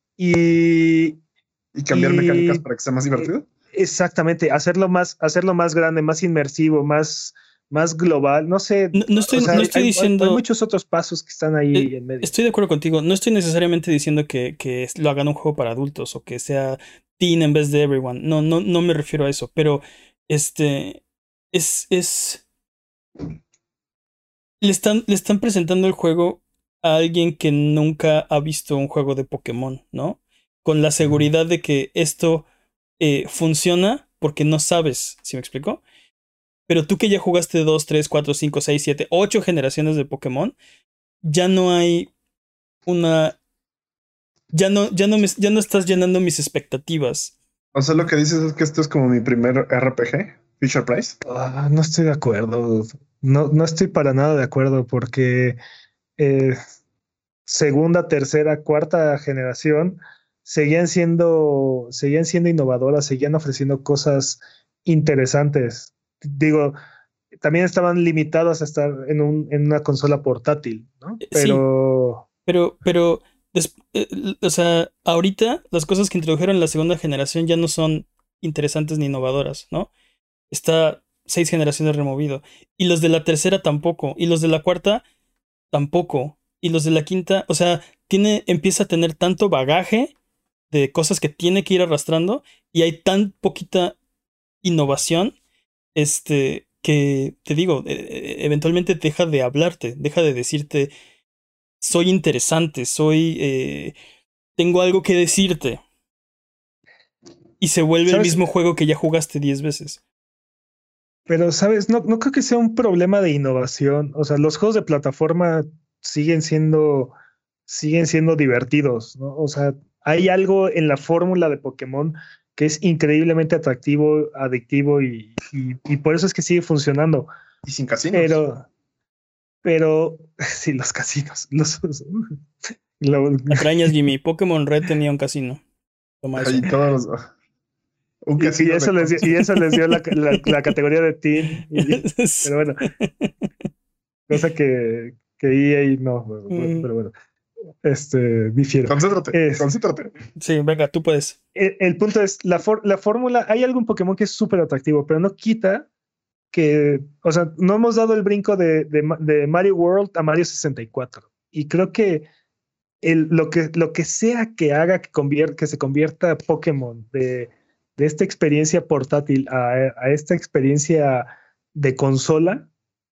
y Y cambiar mecánicas para que sea más divertido. Exactamente, hacerlo más grande, más inmersivo, más global, no sé. No estoy diciendo. Hay muchos otros pasos que están ahí en medio. Estoy de acuerdo contigo. No estoy necesariamente diciendo que lo hagan un juego para adultos o que sea teen en vez de everyone. No me refiero a eso. Pero le están presentando el juego a alguien que nunca ha visto un juego de Pokémon, ¿no? Con la seguridad de que esto funciona porque no sabes, ¿sí me explico? Pero tú que ya jugaste 2, 3, 4, 5, 6, 7, 8 generaciones de Pokémon, ya no hay una... Ya no estás llenando mis expectativas. O sea, lo que dices es que esto es como mi primer RPG, Fisher Price. No estoy de acuerdo. No estoy para nada de acuerdo porque segunda, tercera, cuarta generación seguían siendo innovadoras, seguían ofreciendo cosas interesantes. Digo, también estaban limitados a estar en una consola portátil, ¿no? Pero... Sí, pero o sea, ahorita las cosas que introdujeron en la segunda generación ya no son interesantes ni innovadoras, ¿no? Está 6 generaciones removido. Y los de la tercera tampoco. Y los de la cuarta tampoco. Y los de la quinta, o sea, empieza a tener tanto bagaje de cosas que tiene que ir arrastrando y hay tan poquita innovación, que te digo, eventualmente deja de hablarte, deja de decirte, soy interesante, tengo algo que decirte. Y se vuelve el mismo juego que ya jugaste 10 veces. Pero, ¿sabes? No creo que sea un problema de innovación. O sea, los juegos de plataforma siguen siendo divertidos, ¿no? O sea, hay algo en la fórmula de Pokémon que es increíblemente atractivo, adictivo y por eso es que sigue funcionando. Y sin casinos. Pero sí, los casinos. Atrañas, Jimmy. Pokémon Red tenía un casino. Toma eso. Y todos los... Un casino y eso les dio la categoría de teen. Pero bueno, cosa que EA no. Pero bueno. difiero. Concéntrate. Sí, venga, tú puedes. El punto es, la fórmula, hay algo en Pokémon que es súper atractivo, pero no quita que, o sea, no hemos dado el brinco de Mario World a Mario 64. Y creo que lo que sea que haga que se convierta Pokémon de esta experiencia portátil a esta experiencia de consola,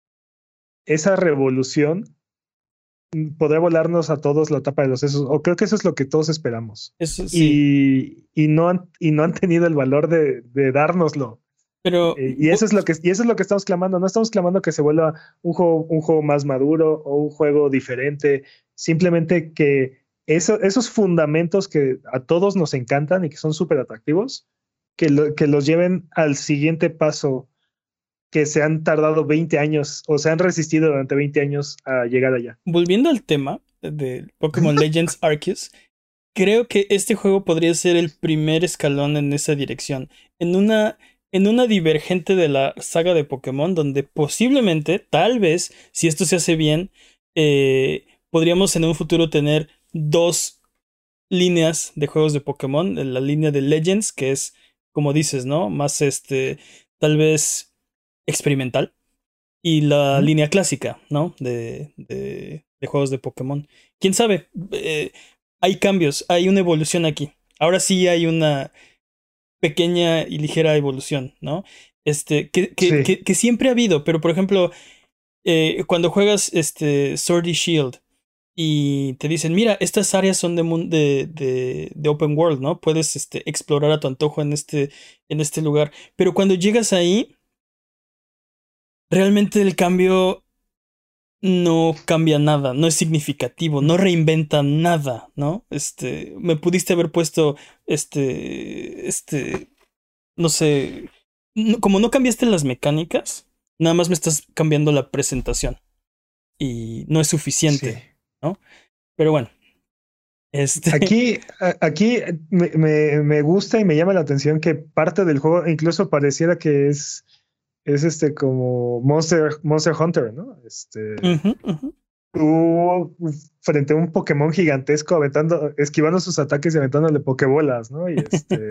esa revolución podrá volarnos a todos la tapa de los sesos, o creo que eso es lo que todos esperamos. Eso sí. Y no han tenido el valor de dárnoslo. Pero Y eso es lo que estamos clamando. No estamos clamando que se vuelva un juego más maduro o un juego diferente. Simplemente que esos fundamentos que a todos nos encantan y que son súper atractivos, que los lleven al siguiente paso, que se han tardado 20 años o se han resistido durante 20 años a llegar allá. volviendo al tema de Pokémon Legends Arceus, creo que este juego podría ser el primer escalón en esa dirección. En una divergente de la saga de Pokémon, donde posiblemente, tal vez, si esto se hace bien, podríamos en un futuro tener dos líneas de juegos de Pokémon. La línea de Legends, que es, como dices, ¿no? Más tal vez experimental. Y la línea clásica, ¿no? De juegos de Pokémon. ¿Quién sabe? Hay cambios, hay una evolución aquí. Ahora sí hay una pequeña y ligera evolución, ¿no? Sí. Que siempre ha habido, pero por ejemplo, cuando juegas Sword y Shield y te dicen, mira, estas áreas son de open world, ¿no? Puedes explorar a tu antojo en este lugar. Pero cuando llegas ahí, realmente el cambio no cambia nada, no es significativo, no reinventa nada, ¿no? Me pudiste haber puesto, no sé, como no cambiaste las mecánicas, nada más me estás cambiando la presentación y no es suficiente, Sí. ¿no? Pero bueno, Aquí me gusta y me llama la atención que parte del juego incluso pareciera que es como Monster Hunter, ¿no? Tú frente a un Pokémon gigantesco esquivando sus ataques y aventándole pokebolas, ¿no? Y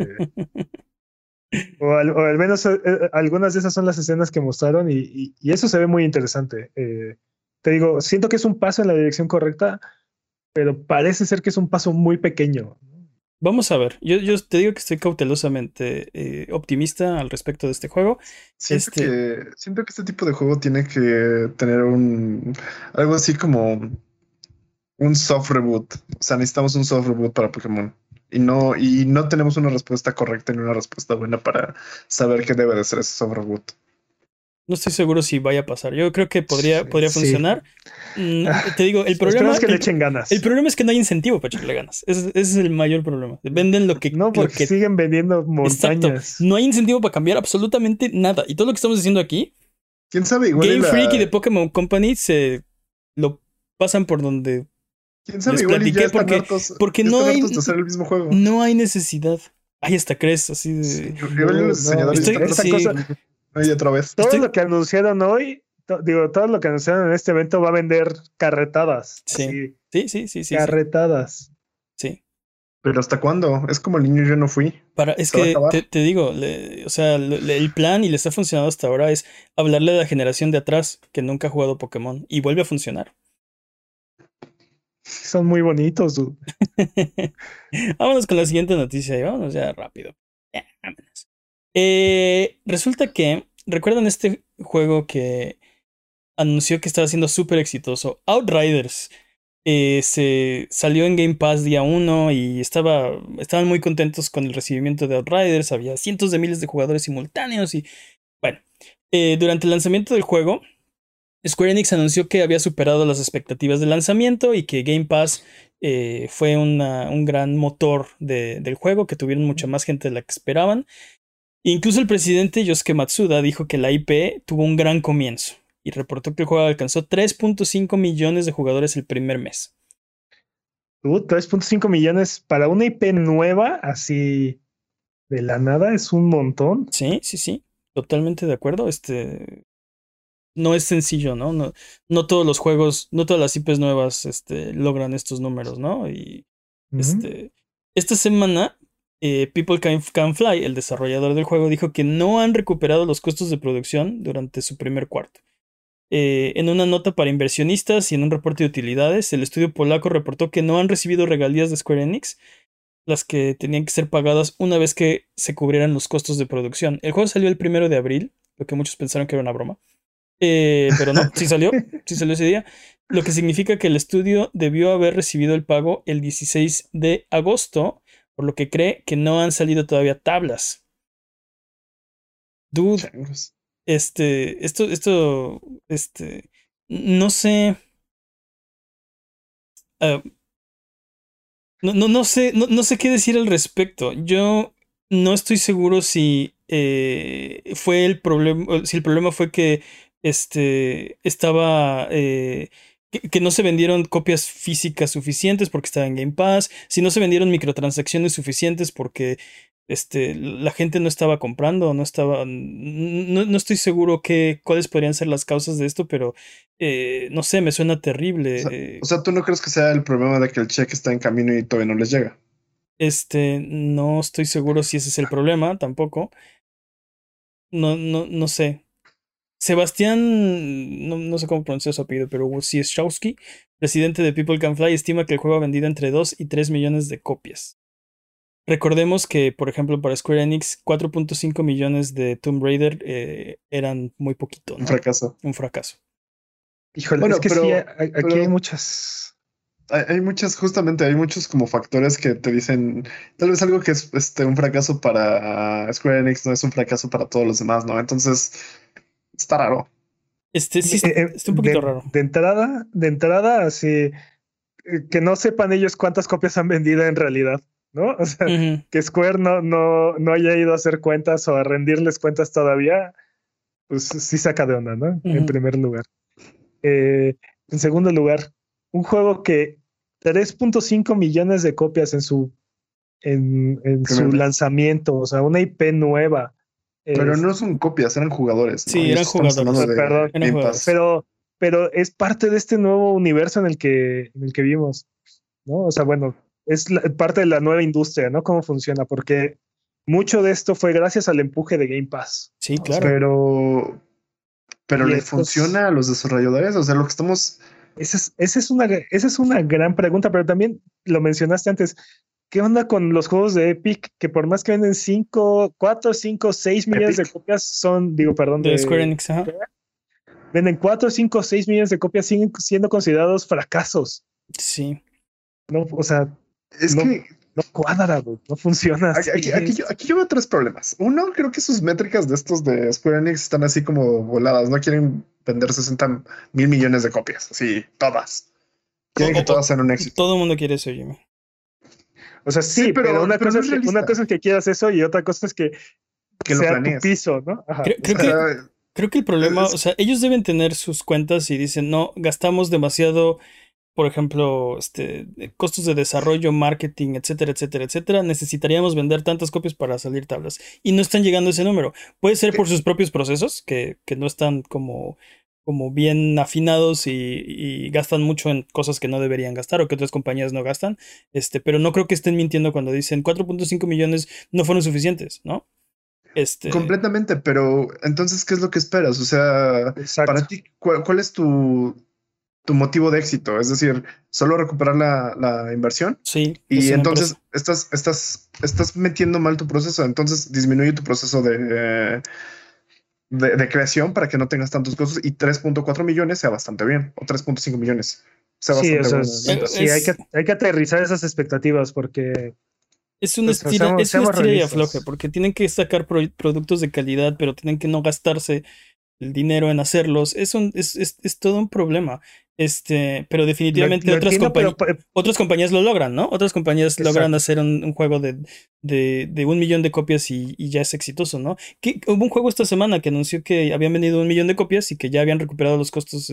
o al menos algunas de esas son las escenas que mostraron y eso se ve muy interesante. Te digo, siento que es un paso en la dirección correcta, pero parece ser que es un paso muy pequeño. Vamos a ver, yo te digo que estoy cautelosamente optimista al respecto de este juego. Siento que este tipo de juego tiene que tener algo así como un soft reboot. O sea, necesitamos un soft reboot para Pokémon. Y no tenemos una respuesta correcta ni una respuesta buena para saber qué debe de ser ese soft reboot. No estoy seguro si vaya a pasar. Yo creo que podría funcionar. Te digo, el problema es que le echen ganas. El problema es que no hay incentivo para echarle ganas. Ese es el mayor problema. Venden lo que. No, porque siguen vendiendo montañas. Exacto. No hay incentivo para cambiar absolutamente nada. Y todo lo que estamos diciendo aquí. ¿Quién sabe? Igual Game Freak y The Pokémon Company se lo pasan por donde. ¿Quién sabe? Igual ya están porque ya no están hay. hartos de hacer el mismo juego. No hay necesidad. Ahí hasta crees así de. Sí, igual los diseñadores y otra vez. Todo lo que anunciaron hoy, todo lo que anunciaron en este evento va a vender carretadas. Sí. Sí. Carretadas. Sí. Pero ¿hasta cuándo? Es como el niño yo no fui. Es que te digo, o sea, el plan y les ha funcionado hasta ahora es hablarle a la generación de atrás que nunca ha jugado Pokémon y vuelve a funcionar. Son muy bonitos, dude. Vámonos con la siguiente noticia y vámonos ya rápido. Vámonos. Resulta que, ¿recuerdan este juego que anunció que estaba siendo súper exitoso? Outriders. Se salió en Game Pass día 1 y estaban muy contentos con el recibimiento de Outriders. Había cientos de miles de jugadores simultáneos y bueno, durante el lanzamiento del juego, Square Enix anunció que había superado las expectativas de lanzamiento y que Game Pass fue un gran motor del juego, que tuvieron mucha más gente de la que esperaban. Incluso el presidente Yosuke Matsuda dijo que la IP tuvo un gran comienzo y reportó que el juego alcanzó 3.5 millones de jugadores el primer mes. 3.5 millones para una IP nueva, así de la nada, es un montón. Sí, totalmente de acuerdo. no es sencillo, ¿no? No todos los juegos, no todas las IPs nuevas logran estos números, ¿no? Y esta semana, People Can Fly, el desarrollador del juego, dijo que no han recuperado los costos de producción durante su primer cuarto. En una nota para inversionistas y en un reporte de utilidades, el estudio polaco reportó que no han recibido regalías de Square Enix, las que tenían que ser pagadas una vez que se cubrieran los costos de producción. El juego salió el 1 de abril, lo que muchos pensaron que era una broma. Pero no, sí salió ese día. Lo que significa que el estudio debió haber recibido el pago el 16 de agosto, por lo que cree que no han salido todavía tablas. Dude, no sé. No sé qué decir al respecto. Yo no estoy seguro si fue el problema, si el problema fue que estaba que no se vendieron copias físicas suficientes porque estaba en Game Pass, si no se vendieron microtransacciones suficientes porque la gente no estaba comprando, no estoy seguro cuáles podrían ser las causas de esto, pero no sé, me suena terrible. O sea, ¿tú no crees que sea el problema de que el cheque está en camino y todavía no les llega? No estoy seguro si ese es el problema, tampoco. No sé. Sebastián, no sé cómo pronunciar su apellido, pero Wojciechowski, presidente de People Can Fly, estima que el juego ha vendido entre 2 y 3 millones de copias. Recordemos que, por ejemplo, para Square Enix, 4.5 millones de Tomb Raider eran muy poquito, ¿no? Un fracaso. Híjole, bueno, es que sí, aquí hay muchas. Hay muchos como factores que te dicen, tal vez algo que es un fracaso para Square Enix no es un fracaso para todos los demás, ¿no? Entonces, está raro. Sí, está un poquito raro. De entrada, así, que no sepan ellos cuántas copias han vendido en realidad, ¿no? O sea, que Square no haya ido a hacer cuentas o a rendirles cuentas todavía, pues sí saca de onda, ¿no? En primer lugar. En segundo lugar, un juego que 3.5 millones de copias en su lanzamiento, o sea, una IP nueva. Pero no son copias, eran jugadores, ¿no? Sí, eran jugadores. Perdón, eran jugadores. Pero es parte de este nuevo universo en el que vimos, ¿no? O sea, bueno, es parte de la nueva industria, ¿no? Cómo funciona, porque mucho de esto fue gracias al empuje de Game Pass. Sí, claro. Pero ¿le funciona a los desarrolladores? O sea, lo que estamos... Esa es una gran pregunta, pero también lo mencionaste antes. ¿Qué onda con los juegos de Epic? Que por más que venden 4, 5, 6 millones de copias de Square Enix, ajá. Venden 4, 5, 6 millones de copias, siguen siendo considerados fracasos. Sí. No, o sea, no cuadra, no funciona. Aquí yo veo 3 problemas. Uno, creo que sus métricas de estos de Square Enix están así como voladas. No quieren vender 60 mil millones de copias. Así, todas. Quieren que todas sean un éxito. Todo el mundo quiere eso, Jimmy. O sea, sí, pero una cosa es que quieras eso y otra cosa es que sea tu piso, ¿no? Ajá. Creo que el problema, o sea, ellos deben tener sus cuentas y dicen, no, gastamos demasiado, por ejemplo, costos de desarrollo, marketing, etcétera, etcétera, etcétera. Necesitaríamos vender tantas copias para salir tablas. Y no están llegando a ese número. Puede ser por sus propios procesos, que no están como bien afinados y gastan mucho en cosas que no deberían gastar o que otras compañías no gastan. Pero no creo que estén mintiendo cuando dicen 4.5 millones no fueron suficientes, ¿no? Completamente, pero entonces, ¿qué es lo que esperas? O sea, exacto. Para ti, ¿cuál es tu motivo de éxito? Es decir, ¿solo recuperar la inversión? Sí. Y entonces estás metiendo mal tu proceso, entonces disminuye tu proceso de creación para que no tengas tantos costos y 3.4 millones sea bastante bien, o 3.5 millones sea bastante bueno. Sí, hay que aterrizar esas expectativas porque... Es una estira y afloje, porque tienen que sacar productos de calidad, pero tienen que no gastarse el dinero en hacerlos. Es todo un problema. Pero definitivamente otras compañías lo logran, ¿no? Otras compañías logran hacer un juego de 1 millón de copias y ya es exitoso, ¿no? Hubo un juego esta semana que anunció que habían vendido 1 millón de copias y que ya habían recuperado los costos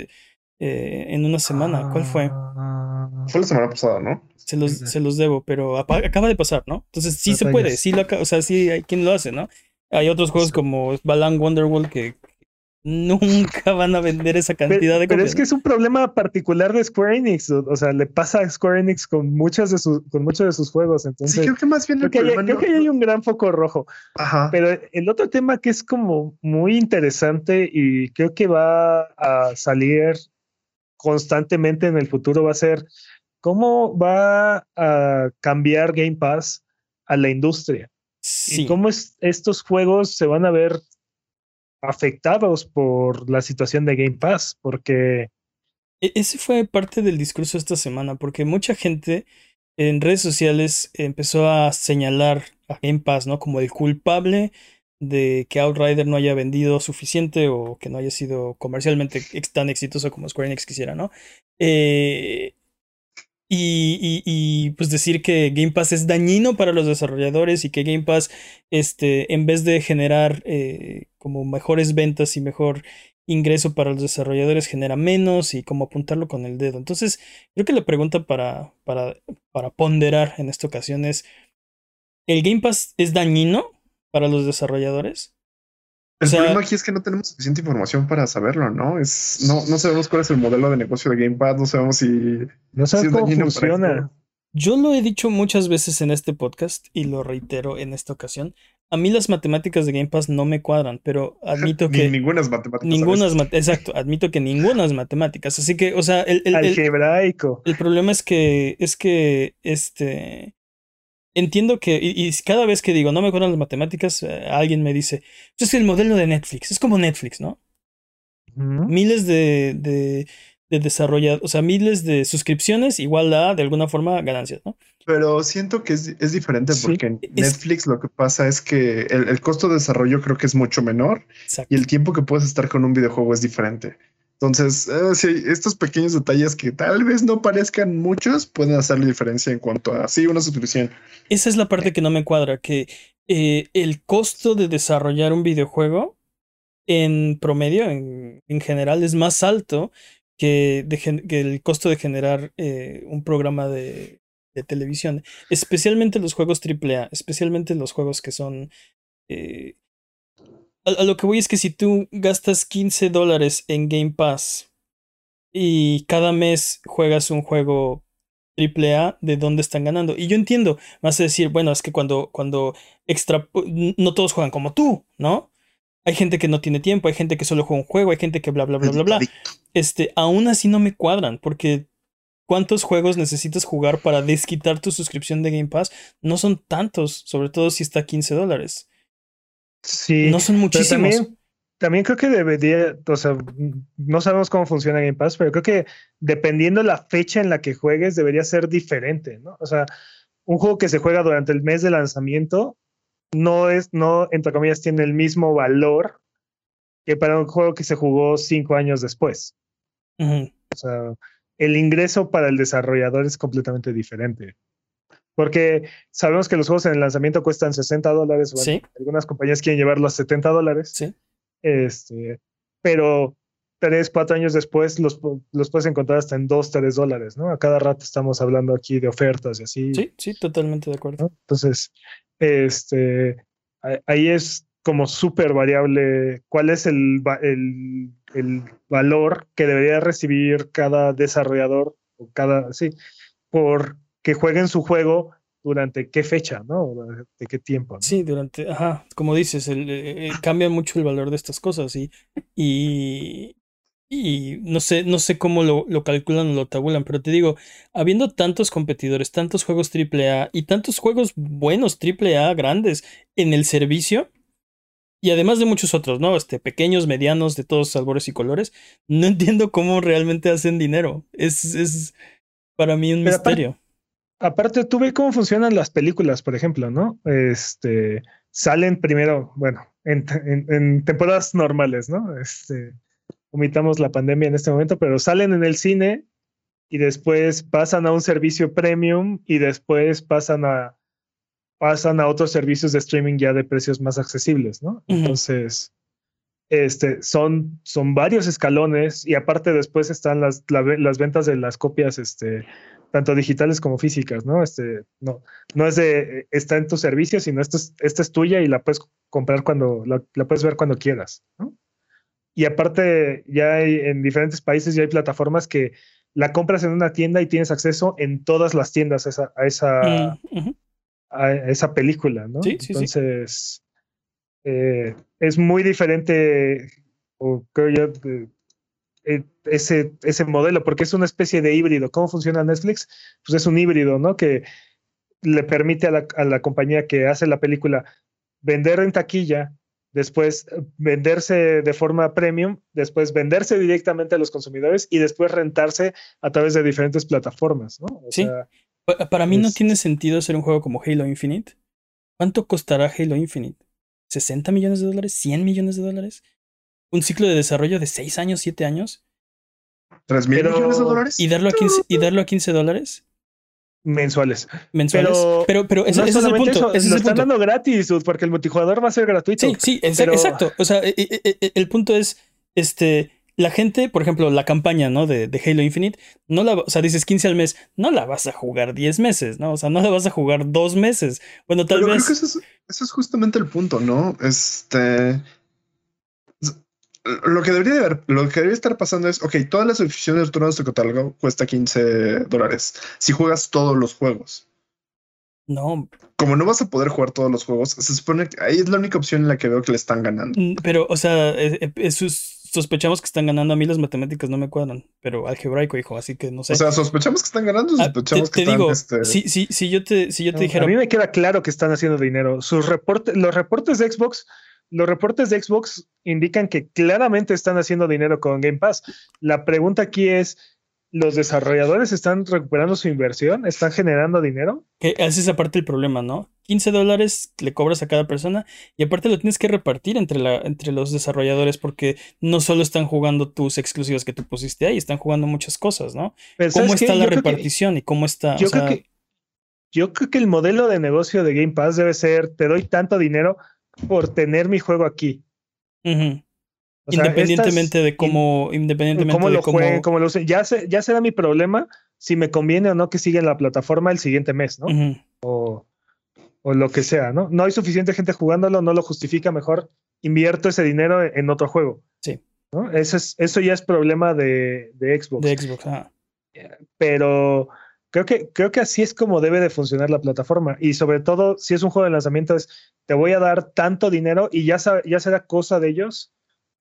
en una semana. ¿Cuál fue? Fue la semana pasada, ¿no? Se los debo, pero acaba de pasar, ¿no? Entonces sí se puede, o sea, sí hay quien lo hace, ¿no? Hay otros juegos como Balan Wonderworld que Nunca van a vender esa cantidad de Pero copias. es que es un problema particular de Square Enix. O sea, le pasa a Square Enix con muchos de sus juegos. Sí, Entonces, creo que más bien el problema creo que ahí hay un gran foco rojo. Ajá. Pero el otro tema que es como muy interesante y creo que va a salir constantemente en el futuro va a ser cómo va a cambiar Game Pass a la industria y Sí. cómo estos juegos se van a ver afectados por la situación de Game Pass, porque Ese fue parte del discurso esta semana, porque mucha gente en redes sociales empezó a señalar a Game Pass, ¿no? Como el culpable de que Outrider no haya vendido suficiente o que no haya sido comercialmente tan exitoso como Square Enix quisiera, ¿no? Eh, pues decir que Game Pass es dañino para los desarrolladores y que Game Pass, en vez de generar como mejores ventas y mejor ingreso para los desarrolladores, genera menos y como apuntarlo con el dedo. Entonces, creo que la pregunta para ponderar en esta ocasión es, ¿el Game Pass es dañino para los desarrolladores? O El sea, problema aquí es que no tenemos suficiente información para saberlo, ¿no? No sabemos cuál es el modelo de negocio de Game Pass, no sabemos no si sabes es cómo dañino para funciona. esto. yo lo he dicho muchas veces en este podcast y lo reitero en esta ocasión. A mí las matemáticas de Game Pass no me cuadran, pero admito que Ninguna es matemáticas a ninguna es veces. exacto, admito que ninguna es matemáticas. Así que, o sea, Algebraico. el problema es que entiendo que, y cada vez que digo no me cuadran las matemáticas, alguien me dice, es el modelo de Netflix, es como Netflix, ¿no? Ujú. Miles de desarrollados, o sea, miles de suscripciones igual a, de alguna forma, ganancias, ¿no? Pero siento que es diferente Sí, porque en Es Netflix lo que pasa es que el costo de desarrollo creo que es mucho menor y exacto. el tiempo que puedes estar con un videojuego es diferente. Entonces, sí, estos pequeños detalles que tal vez no parezcan muchos pueden hacer la diferencia en cuanto a, sí, una suscripción. Esa es la parte que no me cuadra, que el costo de desarrollar un videojuego en promedio, en general, es más alto que el costo de generar un programa de televisión. Especialmente los juegos AAA, especialmente los juegos que son... eh, a lo que voy es que si tú gastas $15 en Game Pass y cada mes juegas un juego AAA, ¿de dónde están ganando? Y yo entiendo, vas a decir, bueno, es que cuando no todos juegan como tú, ¿no? Hay gente que no tiene tiempo, hay gente que solo juega un juego, hay gente que bla, bla, bla, bla, Maldito bla. adicto. Aún así no me cuadran, porque ¿cuántos juegos necesitas jugar para desquitar tu suscripción de Game Pass? No son tantos, sobre todo si está a $15. sí, No son pero muchísimos. también creo que debería, o sea, no sabemos cómo funciona Game Pass, pero creo que dependiendo la fecha en la que juegues, debería ser diferente, ¿no? O sea, un juego que se juega durante el mes de lanzamiento no, entre comillas, tiene el mismo valor que para un juego que se jugó 5 años después. Ujú. O sea, el ingreso para el desarrollador es completamente diferente. Porque sabemos que los juegos en el lanzamiento cuestan $60. Bueno, Sí, algunas compañías quieren llevarlo a $70. sí, Pero 3, 4 años después los puedes encontrar hasta en $2, $3, ¿no? A cada rato estamos hablando aquí de ofertas y así, sí, sí, totalmente de acuerdo. ¿no? Entonces, este, ahí es como súper variable cuál es el valor que debería recibir cada desarrollador o sí, por que jueguen su juego durante qué fecha, ¿no? De qué tiempo, ¿no? Sí, ajá, como dices, cambia mucho el valor de estas cosas y, y no sé cómo lo calculan o lo tabulan, pero te digo, habiendo tantos competidores, tantos juegos AAA y tantos juegos buenos AAA grandes en el servicio, y además de muchos otros, ¿no? Pequeños, medianos, de todos sabores y colores, no entiendo cómo realmente hacen dinero. Es para mí un Pero misterio. aparte, tú ves cómo funcionan las películas, por ejemplo, ¿no? Salen primero, bueno, en temporadas normales, ¿no? Omitamos la pandemia en este momento, pero salen en el cine y después pasan a un servicio premium y después pasan a otros servicios de streaming ya de precios más accesibles, ¿no? Ujú. Entonces, son varios escalones y aparte después están las ventas de las copias, tanto digitales como físicas, ¿no? No es está en tu servicio, sino esta es tuya y la puedes comprar la puedes ver cuando quieras, ¿no? Y aparte, en diferentes países ya hay plataformas que la compras en una tienda y tienes acceso en todas las tiendas Ujú. a esa película, ¿no? Sí, sí, sí. Entonces, es muy diferente, o creo yo, ese modelo, porque es una especie de híbrido. ¿Cómo funciona Netflix? Pues es un híbrido, ¿no? Que le permite a la compañía que hace la película vender en taquilla, después venderse de forma premium, después venderse directamente a los consumidores y después rentarse a través de diferentes plataformas, ¿no? O Sí. sea, Para mí no es, tiene sentido hacer un juego como Halo Infinite. ¿Cuánto costará Halo Infinite? ¿60 millones de dólares? ¿100 millones de dólares? ¿Un ciclo de desarrollo de 6 años, 7 años? ¿3.000 millones de pero ¿Y dólares? darlo a 15, y darlo a $15 mensuales. mensuales? Pero Pero ese, no es ese es el solamente punto. eso, Ese es lo el están punto. dando gratis, dude, porque el multijugador va a ser gratuito. Sí, sí, Pero exacto. O sea, el punto es, la gente, por ejemplo, la campaña, ¿no? De Halo Infinite, no la, o sea, dices 15 al mes, no la vas a jugar 10 meses, ¿no? O sea, no la vas a jugar 2 meses. Bueno, tal Pero creo que vez, eso es justamente el punto, ¿no? Lo que debería estar pasando es, ok, todas las suscripciones de Tronos de catálogo cuesta $15 si juegas todos los juegos. no, Como no vas a poder jugar todos los juegos, se supone que ahí es la única opción en la que veo que le están ganando. pero, o sea, sospechamos que están ganando. A mí las matemáticas no me cuadran, pero algebraico, hijo, así que no O sé. sea, sospechamos que están ganando, sospechamos que Te están, digo, si yo te a mí dijera, me queda claro que están haciendo dinero. Los reportes de Xbox indican que claramente están haciendo dinero con Game Pass. La pregunta aquí es, ¿los desarrolladores están recuperando su inversión? ¿Están generando dinero? que esa es aparte el problema, ¿no? $15 le cobras a cada persona y aparte lo tienes que repartir entre los desarrolladores porque no solo están jugando tus exclusivas que tú pusiste ahí, están jugando muchas cosas, ¿no? Pero ¿Cómo ¿sabes está qué? la repartición y cómo está? O Yo creo sea, que, yo creo que el modelo de negocio de Game Pass debe ser, te doy tanto dinero por tener mi juego aquí. ujú. O sea, Independientemente cómo de lo jueguen, cómo, cómo lo usen. Ya será mi problema si me conviene o no que siga en la plataforma el siguiente mes, ¿no? ujú, O lo que sea, ¿no? No hay suficiente gente jugándolo, no lo justifica, mejor invierto ese dinero en otro juego, sí, ¿no? Eso ya es problema de de Xbox. Xbox, ajá. Pero creo que así es como debe de funcionar la plataforma. Y sobre todo, si es un juego de lanzamiento, es te voy a dar tanto dinero y ya será cosa de ellos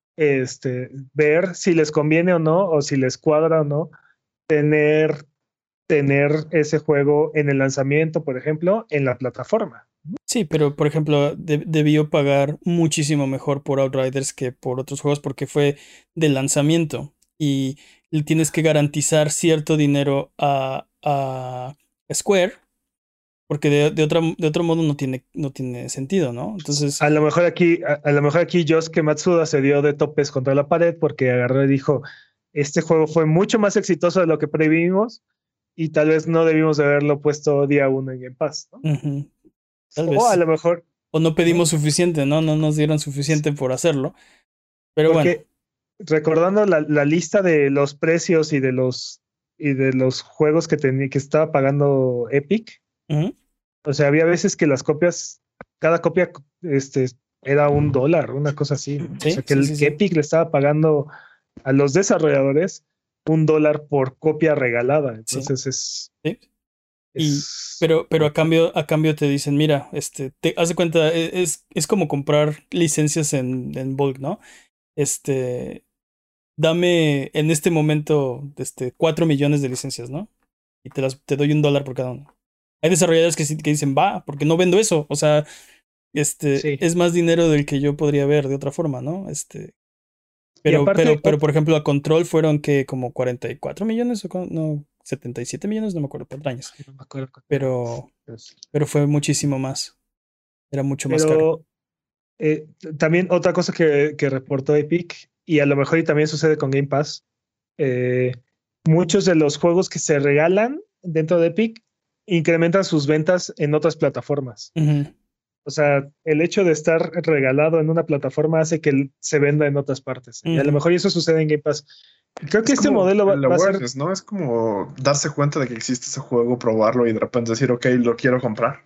ver si les conviene o no, o si les cuadra o no, tener, tener ese juego en el lanzamiento, por ejemplo, en la plataforma. Sí, pero por ejemplo, debió pagar muchísimo mejor por Outriders que por otros juegos porque fue de lanzamiento y le tienes que garantizar cierto dinero a Square porque de otro modo no tiene sentido, ¿no? Entonces, A lo mejor aquí Yosuke Matsuda se dio de topes contra la pared porque agarró y dijo, este juego fue mucho más exitoso de lo que previmos y tal vez no debimos de haberlo puesto día uno en Game Pass, ¿no? ujú, tal O a vez. lo mejor, O no ¿no? pedimos suficiente, ¿no? No nos dieron suficiente por hacerlo. Pero bueno. Porque recordando la lista de los precios y de los juegos que estaba pagando Epic, Ujú, o sea, había veces que cada copia era $1, una cosa así, ¿no? O sí, sea, sí, sí, que sí. Epic le estaba pagando a los desarrolladores $1 por copia regalada. Sí, Entonces sí. Y, es pero a cambio te dicen, mira, te haz de cuenta, es como comprar licencias en bulk, ¿no? Este, dame en este momento, 4 millones de licencias, ¿no? Y te doy $1 por cada uno. Hay desarrolladores que dicen, va, porque no vendo eso. O sea, sí. es más dinero del que yo podría ver de otra forma, ¿no? Y aparte, Por ejemplo, a Control fueron que como 44 millones no, 77 millones, no me acuerdo, por años. no me acuerdo cuánto era, Pero, pues, pero fue muchísimo más. Era mucho más caro. pero también otra cosa que reportó Epic, y a lo mejor y también sucede con Game Pass, eh, muchos de los juegos que se regalan dentro de Epic incrementan sus ventas en otras plataformas. Ujú, O sea, el hecho de estar regalado en una plataforma hace que se venda en otras partes. Y a lo ujú. mejor eso sucede en Game Pass. Y creo que Es este como modelo el va a ser, awareness, ¿no? Es como darse cuenta de que existe ese juego, probarlo y de repente decir, ok, lo quiero comprar.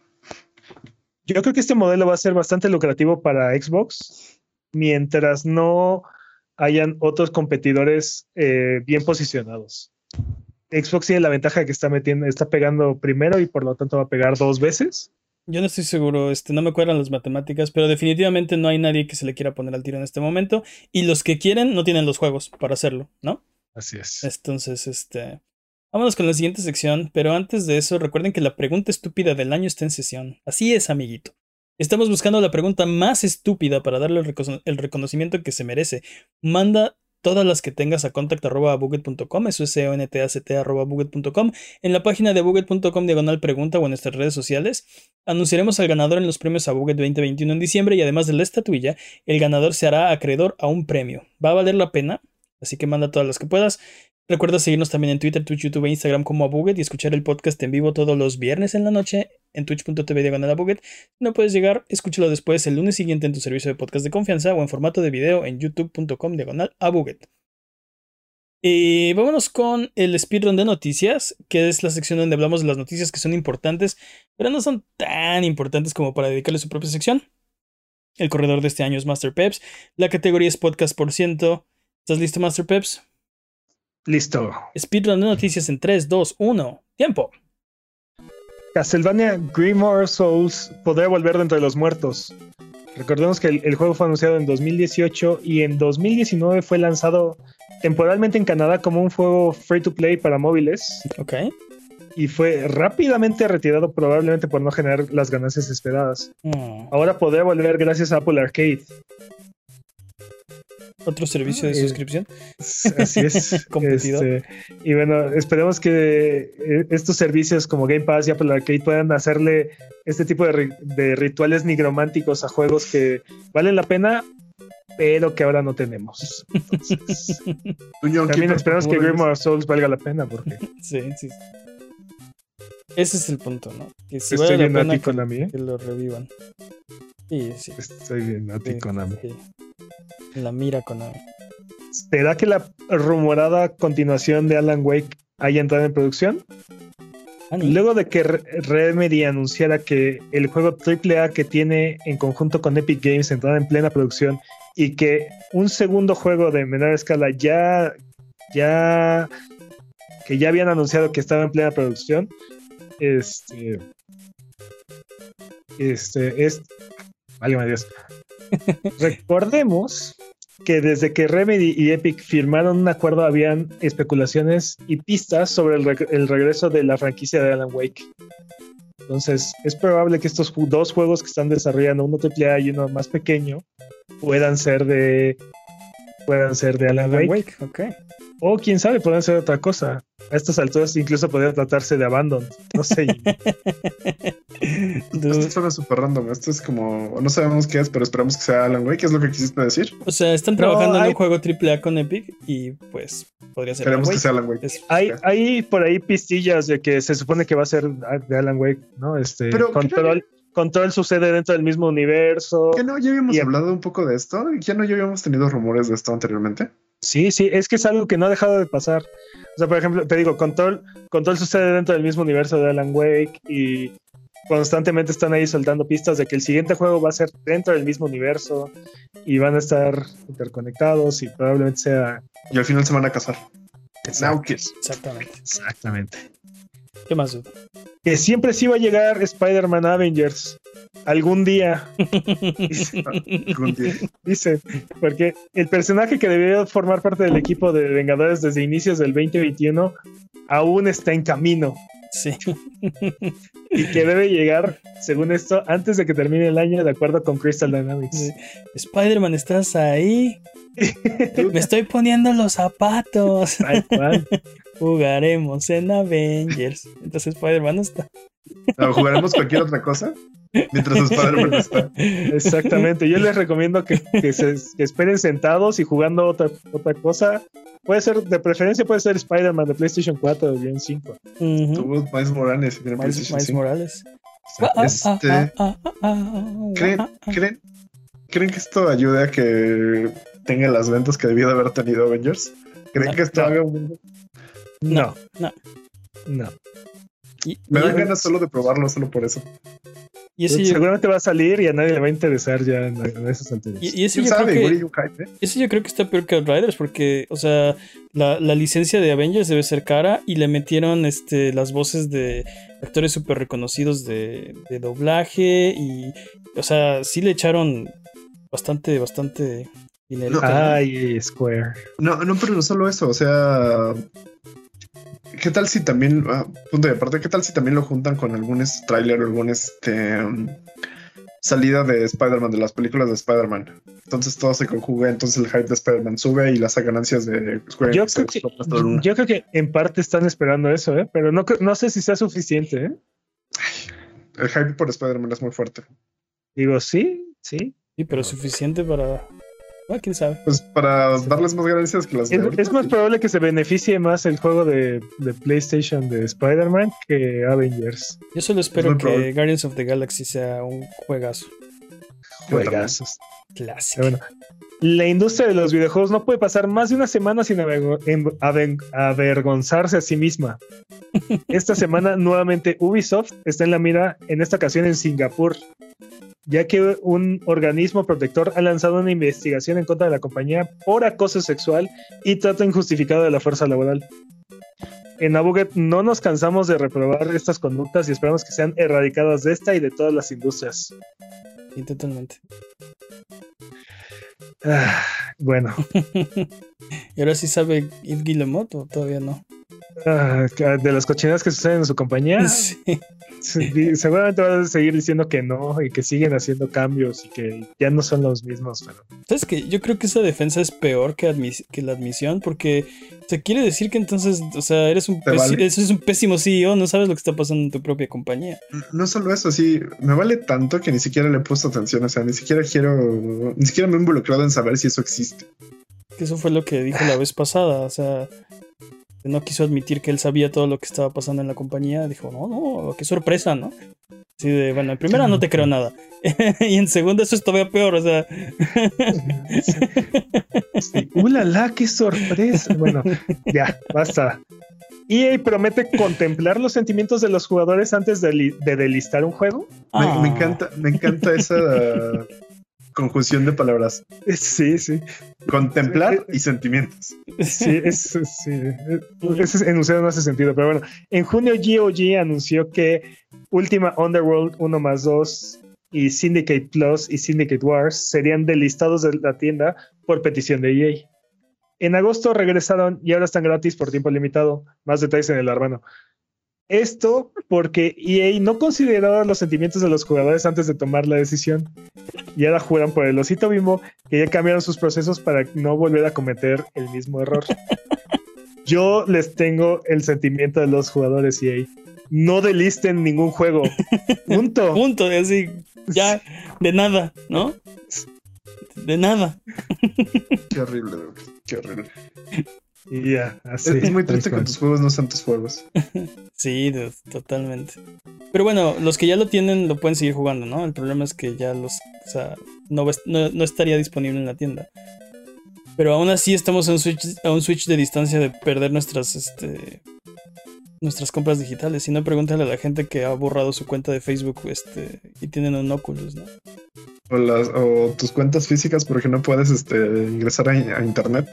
yo creo que este modelo va a ser bastante lucrativo para Xbox mientras no hayan otros competidores bien posicionados. Xbox tiene la ventaja de que está pegando primero y por lo tanto va a pegar 2 veces. Yo no estoy seguro, no me cuadran las matemáticas, pero definitivamente no hay nadie que se le quiera poner al tiro en este momento. Y los que quieren no tienen los juegos para hacerlo, ¿no? Así es. Entonces, vámonos con la siguiente sección. Pero antes de eso, recuerden que la pregunta estúpida del año está en sesión. Así es, amiguito. Estamos buscando la pregunta más estúpida para darle el reconocimiento que se merece. Manda todas las que tengas a contact@buget.com, eso es contact@buget.com. En la página de buget.com/pregunta o en nuestras redes sociales anunciaremos al ganador en los premios a Buget 2021 en diciembre y además de la estatuilla, el ganador se hará acreedor a un premio. Va a valer la pena, así que manda todas las que puedas. Recuerda seguirnos también en Twitter, Twitch, YouTube e Instagram como Abuget y escuchar el podcast en vivo todos los viernes en la noche en twitch.tv/Abuget. Si no puedes llegar, escúchalo después el lunes siguiente en tu servicio de podcast de confianza o en formato de video en youtube.com/Abuget. Y vámonos con el speedrun de noticias, que es la sección donde hablamos de las noticias que son importantes, pero no son tan importantes como para dedicarle su propia sección. El corredor de este año es Master Peps. La categoría es podcast por ciento. ¿Estás listo, Master Peps? Listo. Speedrun de noticias en 3, 2, 1. ¡Tiempo! Castlevania Grimoire Souls podría volver de entre los muertos. Recordemos que el juego fue anunciado en 2018 y en 2019 fue lanzado temporalmente en Canadá como un juego free to play para móviles. Ok. Y fue rápidamente retirado probablemente por no generar las ganancias esperadas. Ahora podría volver gracias a Apple Arcade. Otro servicio de suscripción. Así es. Competidor. Y bueno, esperemos que estos servicios como Game Pass y Apple Arcade puedan hacerle este tipo de rituales nigrománticos a juegos que valen la pena, pero que ahora no tenemos. Entonces, también esperamos que Grimoire Souls valga la pena. Porque sí. Ese es el punto, ¿no? Que si estoy vale bien la pena que lo revivan. Sí. Estoy bien a ti, Konami. Sí. La mira Konami. ¿Será que la rumorada continuación de Alan Wake haya entrado en producción? Luego de que Remedy anunciara que el juego AAA que tiene en conjunto con Epic Games entraba en plena producción y que un segundo juego de menor escala ya habían anunciado que estaba en plena producción, válgame Dios. Recordemos que desde que Remedy y Epic firmaron un acuerdo habían especulaciones y pistas sobre el regreso de la franquicia de Alan Wake. Entonces es probable que estos dos juegos que están desarrollando, uno AAA y uno más pequeño, puedan ser de Alan Wake. Okay. O quién sabe, pueden ser otra cosa. A estas alturas incluso podría tratarse de Abandon. No sé. Esto suena súper random. Esto es como... No sabemos qué es, pero esperamos que sea Alan Wake. ¿Qué es lo que quisiste decir? O sea, están trabajando en un juego AAA con Epic y pues podría ser Queremos que sea Alan Wake. Hay por ahí pistillas de que se supone que va a ser de Alan Wake, ¿no? Pero Control sucede dentro del mismo universo. ¿Que no? Ya habíamos hablado un poco de esto. ¿Ya habíamos tenido rumores de esto anteriormente? Sí, es que es algo que no ha dejado de pasar. O sea, por ejemplo, te digo, Control sucede dentro del mismo universo de Alan Wake y constantemente están ahí soltando pistas de que el siguiente juego va a ser dentro del mismo universo y van a estar interconectados y probablemente sea... Y al final se van a casar. Exactamente. ¿Qué más? Que siempre sí va a llegar Spider-Man Avengers. Algún día. Dice, porque el personaje que debería formar parte del equipo de Vengadores desde inicios del 2021 aún está en camino. Sí. Y que debe llegar, según esto, antes de que termine el año, de acuerdo con Crystal Dynamics. Sí. Spider-Man, ¿estás ahí? Me estoy poniendo los zapatos. Tal cual. Jugaremos en Avengers. Entonces Spider-Man no está. ¿O jugaremos cualquier otra cosa? Mientras Spider-Man está. Exactamente. Yo les recomiendo que esperen sentados y jugando otra cosa. Puede ser, de preferencia puede ser Spider-Man de PlayStation 4 o bien 5. Tuvo Miles Morales. Miles Morales. ¿Creen que esto ayude a que tenga las ventas que debió de haber tenido Avengers? ¿Creen que esto haga un... No. Me dan ganas solo de probarlo, solo por eso. Y ese seguramente va a salir y a nadie le va a interesar ya en esas anteriores. Y ese yo creo que está peor que Outriders porque, o sea, la licencia de Avengers debe ser cara y le metieron las voces de actores súper reconocidos de doblaje y, o sea, sí le echaron bastante dinero. Ay, Square. No, pero no solo eso, o sea... ¿Qué tal si también, punto de aparte, qué tal si también lo juntan con algún tráiler o algún salida de Spider-Man, de las películas de Spider-Man? Entonces todo se conjuga, entonces el hype de Spider-Man sube y las ganancias de Square yo creo que en parte están esperando eso, pero no sé si sea suficiente. El hype por Spider-Man es muy fuerte. Digo, sí. Sí, pero suficiente para... quién sabe. Pues para darles más ganancias que las de ahorita, es más probable que se beneficie más el juego de PlayStation de Spider-Man que Avengers. Yo solo espero que Guardians of the Galaxy sea un juegazo. Juegazos. Clásico. Bueno, la industria de los videojuegos no puede pasar más de una semana sin avergonzarse a sí misma. Esta semana nuevamente Ubisoft está en la mira, en esta ocasión en Singapur, ya que un organismo protector ha lanzado una investigación en contra de la compañía por acoso sexual y trato injustificado de la fuerza laboral. En Abuget no nos cansamos de reprobar estas conductas y esperamos que sean erradicadas de esta y de todas las industrias. Sí, totalmente. Bueno. ¿Y ahora sí sabe Yves Guillemot o todavía no? De las cochinadas que suceden en su compañía. Sí. Seguramente va a seguir diciendo que no y que siguen haciendo cambios y que ya no son los mismos. Pero... ¿Sabes qué? Yo creo que esa defensa es peor que la admisión porque se quiere decir que entonces, o sea, eres un pésimo CEO, no sabes lo que está pasando en tu propia compañía. No solo eso, sí, me vale tanto que ni siquiera le he puesto atención, o sea, ni siquiera me he involucrado en saber si eso existe. Que eso fue lo que dijo la vez pasada, o sea... No quiso admitir que él sabía todo lo que estaba pasando en la compañía. Dijo, no, qué sorpresa, ¿no? Así de, bueno, en primera no te creo nada. Y en segunda eso es todavía peor, o sea. Sí. ¡Ulala, qué sorpresa! Bueno, ya, basta. EA promete contemplar los sentimientos de los jugadores antes de delistar un juego. Me encanta esa... conjunción de palabras. Sí. Contemplar y sentimientos. Sí. Ese enunciado no hace sentido, pero bueno. En junio GOG anunció que Ultima Underworld 1+2 y Syndicate Plus y Syndicate Wars serían delistados de la tienda por petición de EA. En agosto regresaron y ahora están gratis por tiempo limitado. Más detalles en el arbano. Esto porque EA no consideraba los sentimientos de los jugadores antes de tomar la decisión. Y ahora juran por el osito Bimbo que ya cambiaron sus procesos para no volver a cometer el mismo error. Yo les tengo el sentimiento de los jugadores EA. No delisten ningún juego. Punto. Punto, así, ya, de nada, ¿no? De nada. Qué horrible, qué horrible. Y ya, así. Es muy triste que tus juegos no sean tus juegos. Sí, totalmente. Pero bueno, los que ya lo tienen lo pueden seguir jugando, ¿no? El problema es que ya no estaría disponible en la tienda. Pero aún así estamos a un switch de distancia de perder nuestras compras digitales. Si no, pregúntale a la gente que ha borrado su cuenta de Facebook y tienen un Oculus, ¿no? O tus cuentas físicas porque no puedes ingresar a internet.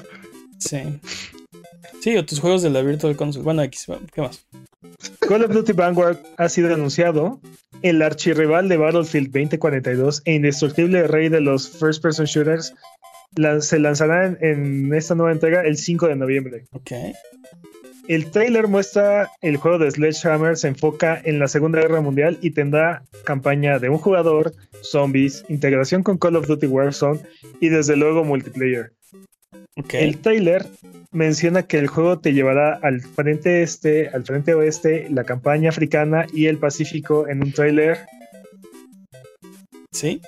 Sí, o tus juegos de la Virtual Console. Bueno, ¿qué más? Call of Duty Vanguard ha sido anunciado. El archirrival de Battlefield 2042 e indestructible rey de los first person shooters se lanzará en esta nueva entrega el 5 de noviembre. Ok. El trailer muestra el juego de Sledgehammer se enfoca en la Segunda Guerra Mundial y tendrá campaña de un jugador, zombies, integración con Call of Duty Warzone y desde luego multiplayer. Okay. El trailer menciona que el juego te llevará al frente oeste, la campaña africana y el Pacífico en un trailer. ¿Sí?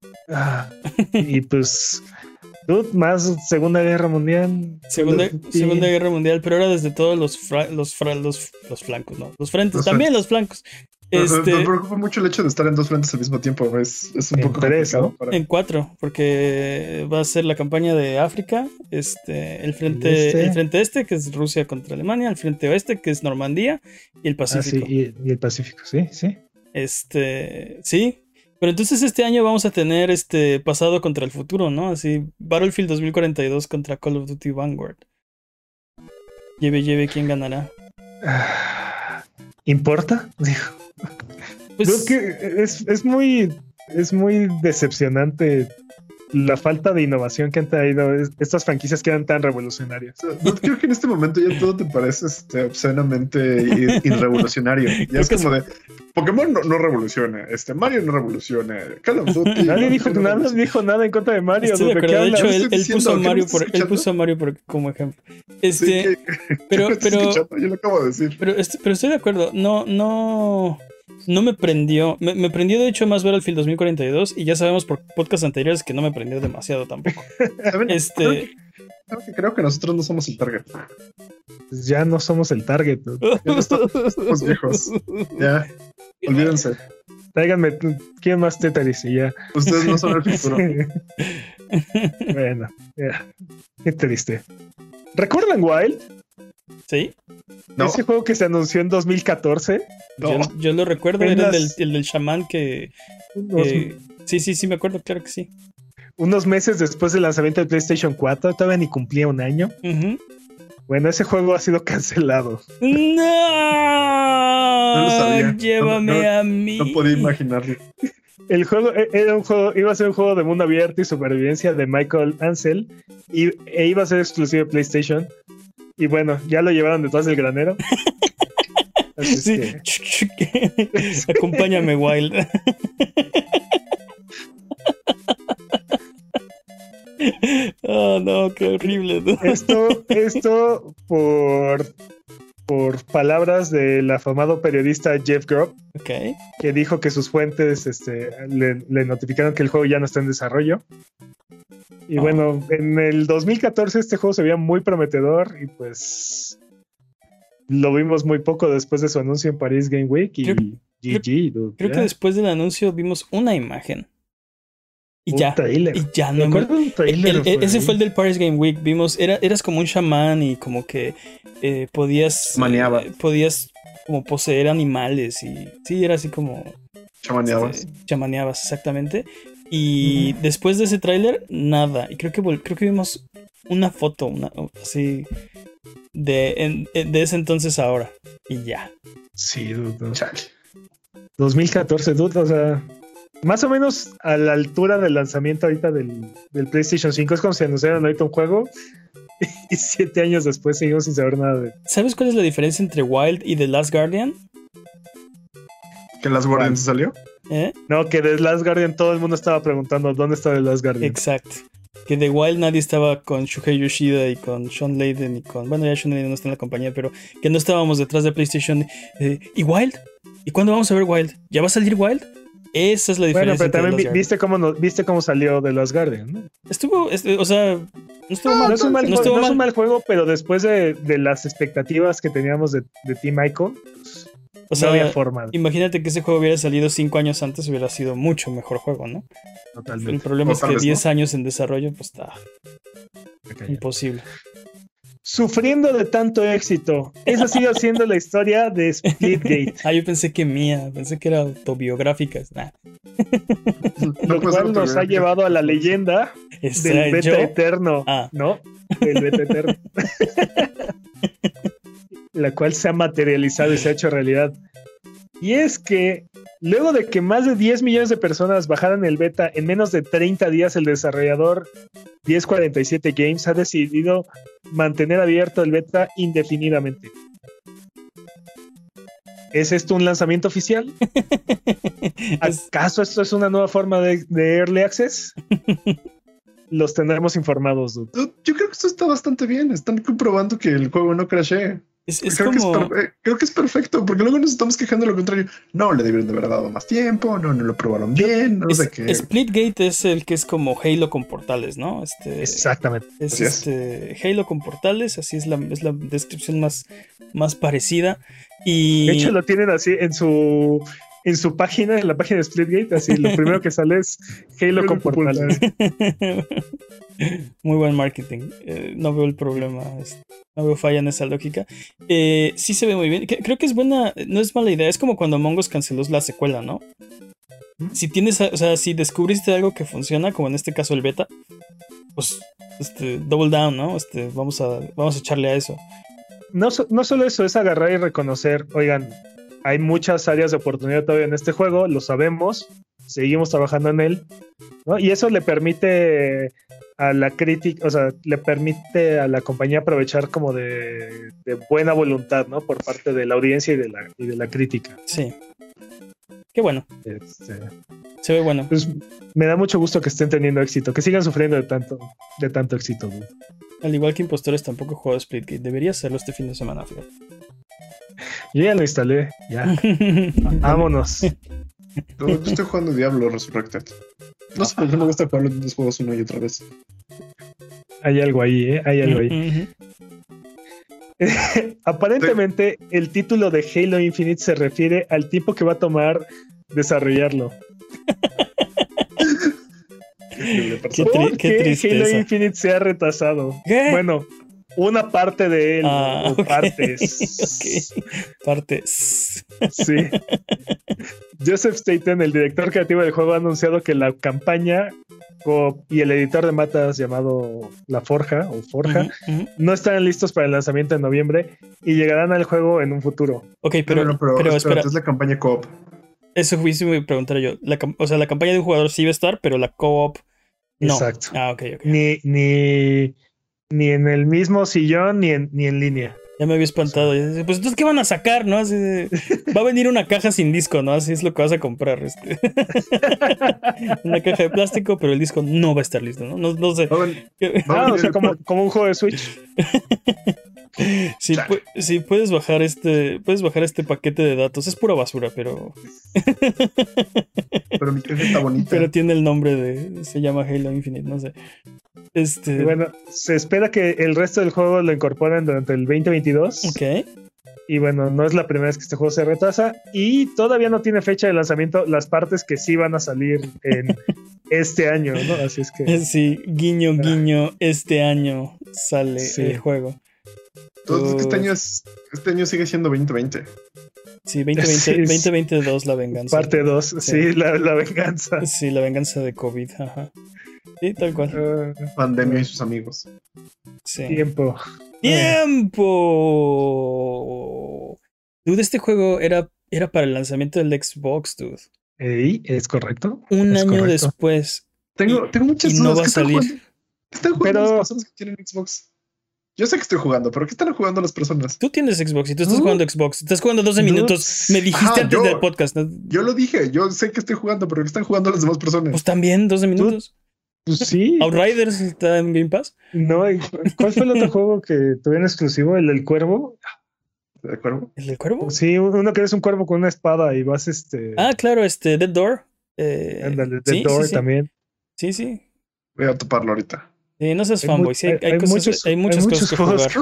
Y pues más Segunda Guerra Mundial. Segunda Guerra Mundial, pero ahora desde todos los flancos, ¿no? Los frentes, también los flancos. Me preocupa mucho el hecho de estar en dos frentes al mismo tiempo. Es un poco complicado. En 4, porque va a ser la campaña de África, el frente este, que es Rusia contra Alemania, el frente oeste, que es Normandía, y el Pacífico. Sí, y el Pacífico, sí. Sí. Pero entonces este año vamos a tener pasado contra el futuro, ¿no? Así, Battlefield 2042 contra Call of Duty Vanguard. Lleve, ¿quién ganará? ¿Importa? Pues, Creo que es muy decepcionante la falta de innovación que han traído estas franquicias que eran tan revolucionarias. No, creo que en este momento ya todo te parece obscenamente irrevolucionario. Ya es como de Pokémon no revoluciona, Mario no revoluciona, Call of Duty. Nadie dijo nada en contra de Mario. Estoy de acuerdo. De hecho, él puso a Mario como ejemplo. Sí, pero yo lo acabo de decir. Pero estoy de acuerdo. No me prendió. Me prendió de hecho más Battlefield 2042 y ya sabemos por podcasts anteriores que no me prendió demasiado tampoco. Creo que nosotros no somos el target. Pues ya no somos el target. Ya no estamos viejos. Ya, olvídense. Tráiganme, ¿quién más Tetris? Y ya. Ustedes no son el futuro. Bueno, ya. Qué triste. ¿Recuerdan Wild? Sí. ¿No? Ese juego que se anunció en 2014. No. Yo lo recuerdo, era el del chamán que... Sí, me acuerdo, claro que sí. Unos meses después del lanzamiento de PlayStation 4, todavía ni cumplía un año. Uh-huh. Bueno, ese juego ha sido cancelado. ¡No! No lo sabía. Llévame a mí. No podía imaginarlo. El juego iba a ser un juego de mundo abierto y supervivencia de Michael Ansel e iba a ser exclusivo de PlayStation. Y bueno, ya lo llevaron detrás del granero. Así sí. Acompáñame, Wild. Oh, no, qué horrible. Esto por palabras del afamado periodista Jeff Grubb, okay, que dijo que sus fuentes le notificaron que el juego ya no está en desarrollo. Y bueno, en el 2014 este juego se veía muy prometedor y pues lo vimos muy poco después de su anuncio en Paris Game Week y GG. Creo que después del anuncio vimos una imagen. Y ya no me acuerdo. Ese fue el del Paris Game Week. Vimos, eras como un chamán y como que podías como poseer animales y sí, era así como chamaneabas exactamente. Y después de ese tráiler, nada. Y creo que vimos una foto, así de ese entonces a ahora. Y ya. Sí, dude. 2014, dude, o sea, más o menos a la altura del lanzamiento ahorita del PlayStation 5. Es como si anunciaran ahorita un juego y 7 años después seguimos sin saber nada de... ¿Sabes cuál es la diferencia entre Wild y The Last Guardian? ¿Que Last Guardian se salió? No, que The Last Guardian todo el mundo estaba preguntando ¿dónde está The Last Guardian? Exacto. Que de Wild nadie estaba con Shuhei Yoshida y con Sean Layden y con... Bueno, ya Sean Layden no está en la compañía, pero que no estábamos detrás de PlayStation. ¿Y Wild? ¿Y cuándo vamos a ver Wild? ¿Ya va a salir Wild? Esa es la diferencia. Bueno, pero también viste cómo salió The Last Guardian, ¿no? O sea, no estuvo mal. No es un mal juego, pero después de las expectativas que teníamos de Team Ico, pues, o sea, no había forma. Imagínate que ese juego hubiera salido 5 años antes, hubiera sido mucho mejor juego, ¿no? Totalmente. El problema es que 10 años en desarrollo, pues está imposible. Sufriendo de tanto éxito. Esa sigue siendo la historia de Splitgate. Yo pensé que era autobiográfica. Nah. Lo cual nos ha llevado a la leyenda del beta eterno. ¿No? Del beta eterno. La cual se ha materializado y se ha hecho realidad. Y es que luego de que más de 10 millones de personas bajaran el beta en menos de 30 días, el desarrollador 1047 Games ha decidido mantener abierto el beta indefinidamente. ¿Es esto un lanzamiento oficial? ¿Acaso esto es una nueva forma de Early Access? Los tendremos informados, dude. Yo creo que esto está bastante bien. Están comprobando que el juego no crashee. Creo que es perfecto, porque luego nos estamos quejando de lo contrario. No, le debieron de haber dado más tiempo, no lo probaron bien, no sé qué. Splitgate es el que es como Halo con portales, ¿no? Exactamente. Es Halo con portales, así es la descripción más parecida. Y... De hecho, lo tienen así en su página, en la página de Splitgate, así lo primero que sale es Halo con portales. Muy buen marketing. No veo el problema. No veo falla en esa lógica. Sí se ve muy bien. Creo que es buena, no es mala idea. Es como cuando Among Us canceló la secuela, ¿no? Si tienes, o sea, si descubriste algo que funciona, como en este caso el beta, pues, double down, ¿no? Vamos a echarle a eso. No solo eso, es agarrar y reconocer, oigan, hay muchas áreas de oportunidad todavía en este juego, lo sabemos, seguimos trabajando en él, ¿no? Y eso le permite a la crítica, o sea, le permite a la compañía aprovechar como de buena voluntad, ¿no? Por parte de la audiencia y de la crítica. Sí. Qué bueno. Se ve bueno. Pues me da mucho gusto que estén teniendo éxito, que sigan sufriendo de tanto éxito, güey. Al igual que Impostores, tampoco he jugado Splitgate. Debería hacerlo este fin de semana, fíjate. Yo ya lo instalé, ya. Vámonos. Yo estoy jugando Diablo Resurrected. No sé por qué me gusta jugar los dos juegos una y otra vez. Hay algo ahí, ¿eh? Hay algo ahí. Aparentemente, el título de Halo Infinite se refiere al tiempo que va a tomar desarrollarlo. Qué tristeza. Halo Infinite se ha retrasado. ¿Qué? Bueno, una parte de él. Okay. Partes. Okay. Partes. Sí. Joseph Staten, el director creativo del juego, ha anunciado que la campaña y el editor de matas llamado La Forja o Forja no están listos para el lanzamiento en noviembre y llegarán al juego en un futuro. Ok, pero espera. Es la campaña co-op. Eso me preguntaré yo. O sea, la campaña de un jugador sí va a estar, pero la co-op no. Exacto. Ok. Ni en el mismo sillón ni en línea. Ya me había espantado. Pues entonces, ¿qué van a sacar, no? Va a venir una caja sin disco, ¿no? Así es lo que vas a comprar. Una caja de plástico, pero el disco no va a estar listo, ¿no? No sé. O sea, como un juego de Switch. Sí, puedes bajar este paquete de datos. Es pura basura, pero. Pero mi caja está bonita. Pero tiene el nombre se llama Halo Infinite, no sé. Y bueno, se espera que el resto del juego lo incorporen durante el 2022. Ok. Y bueno, no es la primera vez que este juego se retrasa. Y todavía no tiene fecha de lanzamiento las partes que sí van a salir en este año, ¿no? Así es que. Sí, guiño, este año sale el juego. Entonces, este año sigue siendo 2020. Sí, 2022 la venganza. Parte 2, sí, la venganza. Sí, la venganza de COVID, ajá. Sí, tal cual. Pandemia y sus amigos. Sí. ¡Tiempo! Dude, este juego era para el lanzamiento del Xbox, dude. ¿Es correcto? Un año después. Tengo muchas dudas. No va a salir. ¿Están jugando las personas que tienen Xbox? Yo sé que estoy jugando, pero ¿qué están jugando las personas? Tú tienes Xbox y tú estás jugando Xbox. Estás jugando 12 minutos. Me dijiste antes del podcast, ¿no? Yo lo dije. Yo sé que estoy jugando, pero ¿qué están jugando las demás personas? Pues también 12 minutos. Pues sí. Outriders está en Game Pass. No, ¿cuál fue el otro juego que tuvieron exclusivo? ¿El del cuervo? ¿El cuervo? ¿El del cuervo? Sí, uno que eres un cuervo con una espada y vas Ah, claro, Dead Door. Ándale, Dead Door también. Sí. Voy a toparlo ahorita. No seas fanboy, sí, hay muchas cosas que jugar.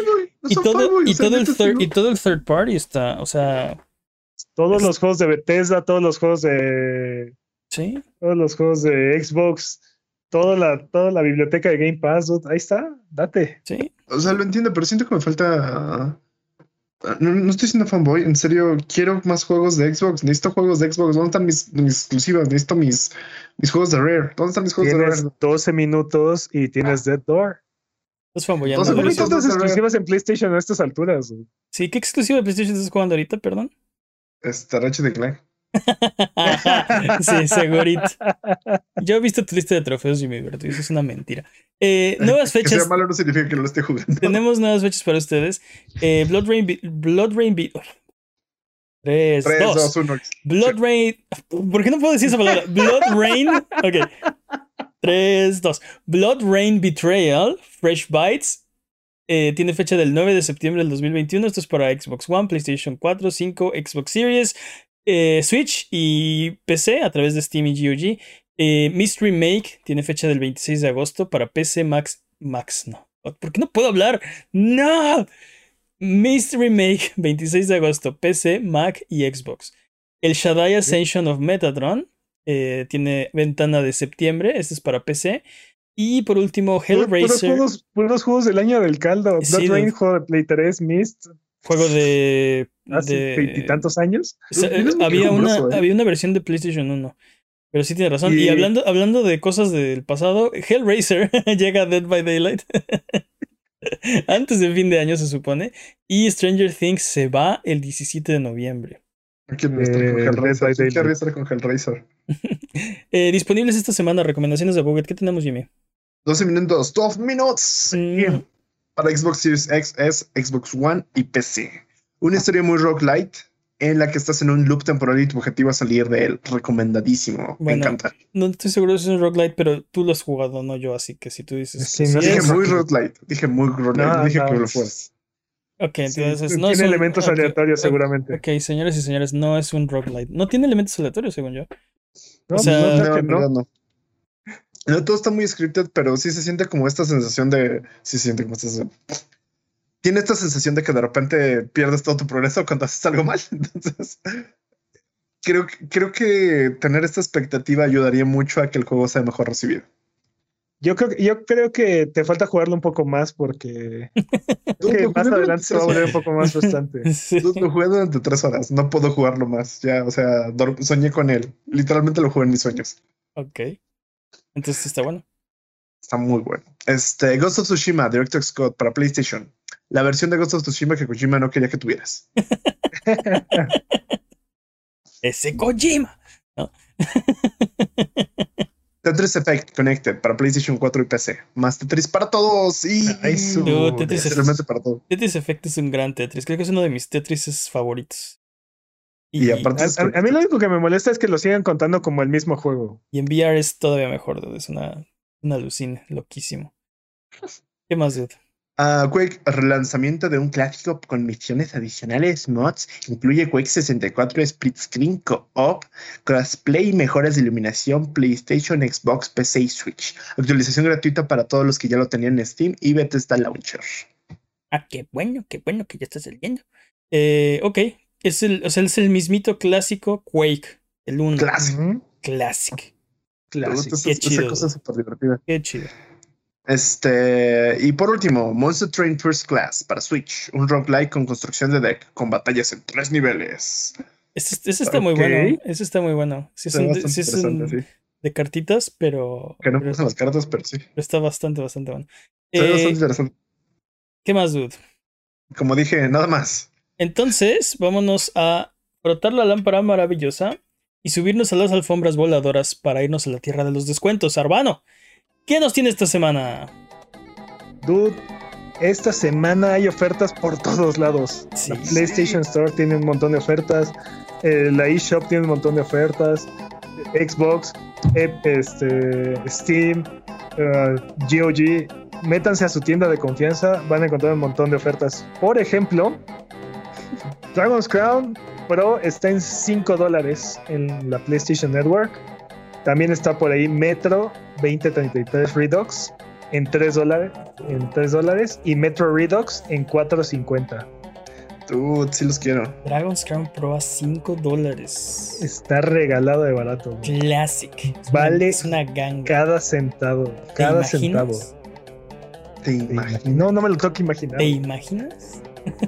Y todo el third party está, o sea. Todos los juegos de Bethesda, todos los juegos de. Sí. Todos los juegos de Xbox, toda la biblioteca de Game Pass, ahí está, date. Sí. O sea, lo entiendo, pero siento que me falta. No estoy siendo fanboy, en serio, quiero más juegos de Xbox. Necesito juegos de Xbox. ¿Dónde están mis exclusivas? Necesito mis juegos de Rare. ¿Dónde están mis juegos de Rare? Tienes 12 minutos y tienes Dead Door. Estás fanboyando. ¿Dónde están las exclusivas en PlayStation a estas alturas? Sí, ¿qué exclusiva de PlayStation estás jugando ahorita, perdón? Ratchet & Clank. Sí, segurito. Yo he visto tu lista de trofeos y me divertí. Eso es una mentira. Nuevas fechas. Que sea malo no significa que no lo esté jugando. Tenemos nuevas fechas para ustedes. Blood Rain 3, 2, 1. Blood Rain. ¿Por qué no puedo decir esa palabra? Blood Rain. Ok. 3, 2. Blood Rain Betrayal, Fresh Bites. Tiene fecha del 9 de septiembre del 2021. Esto es para Xbox One, PlayStation 4, 5, Xbox Series, Switch y PC a través de Steam y GOG. Mystery Make tiene fecha del 26 de agosto para PC, Max no. ¿Por qué no puedo hablar? ¡No! Mystery Make, 26 de agosto, PC, Mac y Xbox. El Shaddai Ascension of Metatron tiene ventana de septiembre. Este es para PC. Y por último, Hellraiser. Puros juegos del año del caldo. Sí, Blood Rain, juego de Play 3, Myst. Juego de. Hace veintitantos años. Había una versión de PlayStation 1. Pero sí tiene razón. Y hablando de cosas del pasado, Hellraiser llega a Dead by Daylight. Antes del fin de año, se supone. Y Stranger Things se va el 17 de noviembre. ¿Quién querría estar con Hellraiser? Disponibles esta semana, recomendaciones de Buget. ¿Qué tenemos, Jimmy? 12 minutos. Para Xbox Series X, S, Xbox One y PC. Una historia muy roguelite en la que estás en un loop temporal y tu objetivo es salir de él. Recomendadísimo. Me encanta. No estoy seguro si es un roguelite, pero tú lo has jugado, no yo, así que si tú dices... Sí, no dije muy roguelite. Dije que lo fueras. Ok, entonces no tiene elementos aleatorios seguramente. Ok, señores y señores, no es un roguelite. No tiene elementos aleatorios, según yo. No. No, todo está muy scripted, pero sí se siente como esta sensación de... Tiene esta sensación de que de repente pierdes todo tu progreso cuando haces algo mal. Entonces, creo que tener esta expectativa ayudaría mucho a que el juego sea mejor recibido. Yo creo que te falta jugarlo un poco más porque más adelante se va a volver un poco más frustrante. Sí. Lo jugué durante 3 horas. No puedo jugarlo más. Ya, o sea, soñé con él. Literalmente lo jugué en mis sueños. Ok. Entonces está bueno. Está muy bueno. Ghost of Tsushima, Director's Scott para PlayStation. La versión de Ghost of Tsushima que Kojima no quería que tuvieras. Ese Kojima, ¿no? Tetris Effect Connected para PlayStation 4 y PC. Más Tetris para todos. Tetris Effect es un gran Tetris. Creo que es uno de mis Tetris favoritos. Y aparte a mí lo único que me molesta es que lo sigan contando como el mismo juego. Y en VR es todavía mejor, dude. Es una alucina, loquísimo. ¿Qué más, dude? Quake, relanzamiento de un clásico con misiones adicionales, mods, incluye Quake 64 Split Screen Co-op, crossplay y mejoras de iluminación, PlayStation, Xbox, PC y Switch. Actualización gratuita para todos los que ya lo tenían en Steam y Bethesda Launcher. Qué bueno que ya está saliendo. Ok, es el mismito clásico Quake, el 1. Classic. Qué chido. Esa cosa es súper divertida. Qué chido. Y por último, Monster Train First Class para Switch, un roguelike con construcción de deck, con batallas en 3 niveles. Ese está muy bueno. Ese está muy bueno. Sí, es de cartitas, pero... Que no pasan las cartas, pero sí. Pero está bastante bueno. Está bastante interesante. ¿Qué más, dude? Como dije, nada más. Entonces, vámonos a frotar la lámpara maravillosa y subirnos a las alfombras voladoras para irnos a la tierra de los descuentos. Arbano, ¿qué nos tiene esta semana? Dude, esta semana hay ofertas por todos lados. Sí, la PlayStation Store tiene un montón de ofertas. La eShop tiene un montón de ofertas. Xbox, Steam, GOG. Métanse a su tienda de confianza. Van a encontrar un montón de ofertas. Por ejemplo, Dragon's Crown Pro está en $5 en la PlayStation Network. También está por ahí Metro 2033 Redux en $3 y Metro Redux en $4.50. Sí los quiero. Dragon's Crown Pro a $5. Está regalado de barato. Classic. Vale es una ganga. Cada centavo. Cada centavo. ¿Te imaginas? No me lo tengo que imaginar. ¿Te imaginas?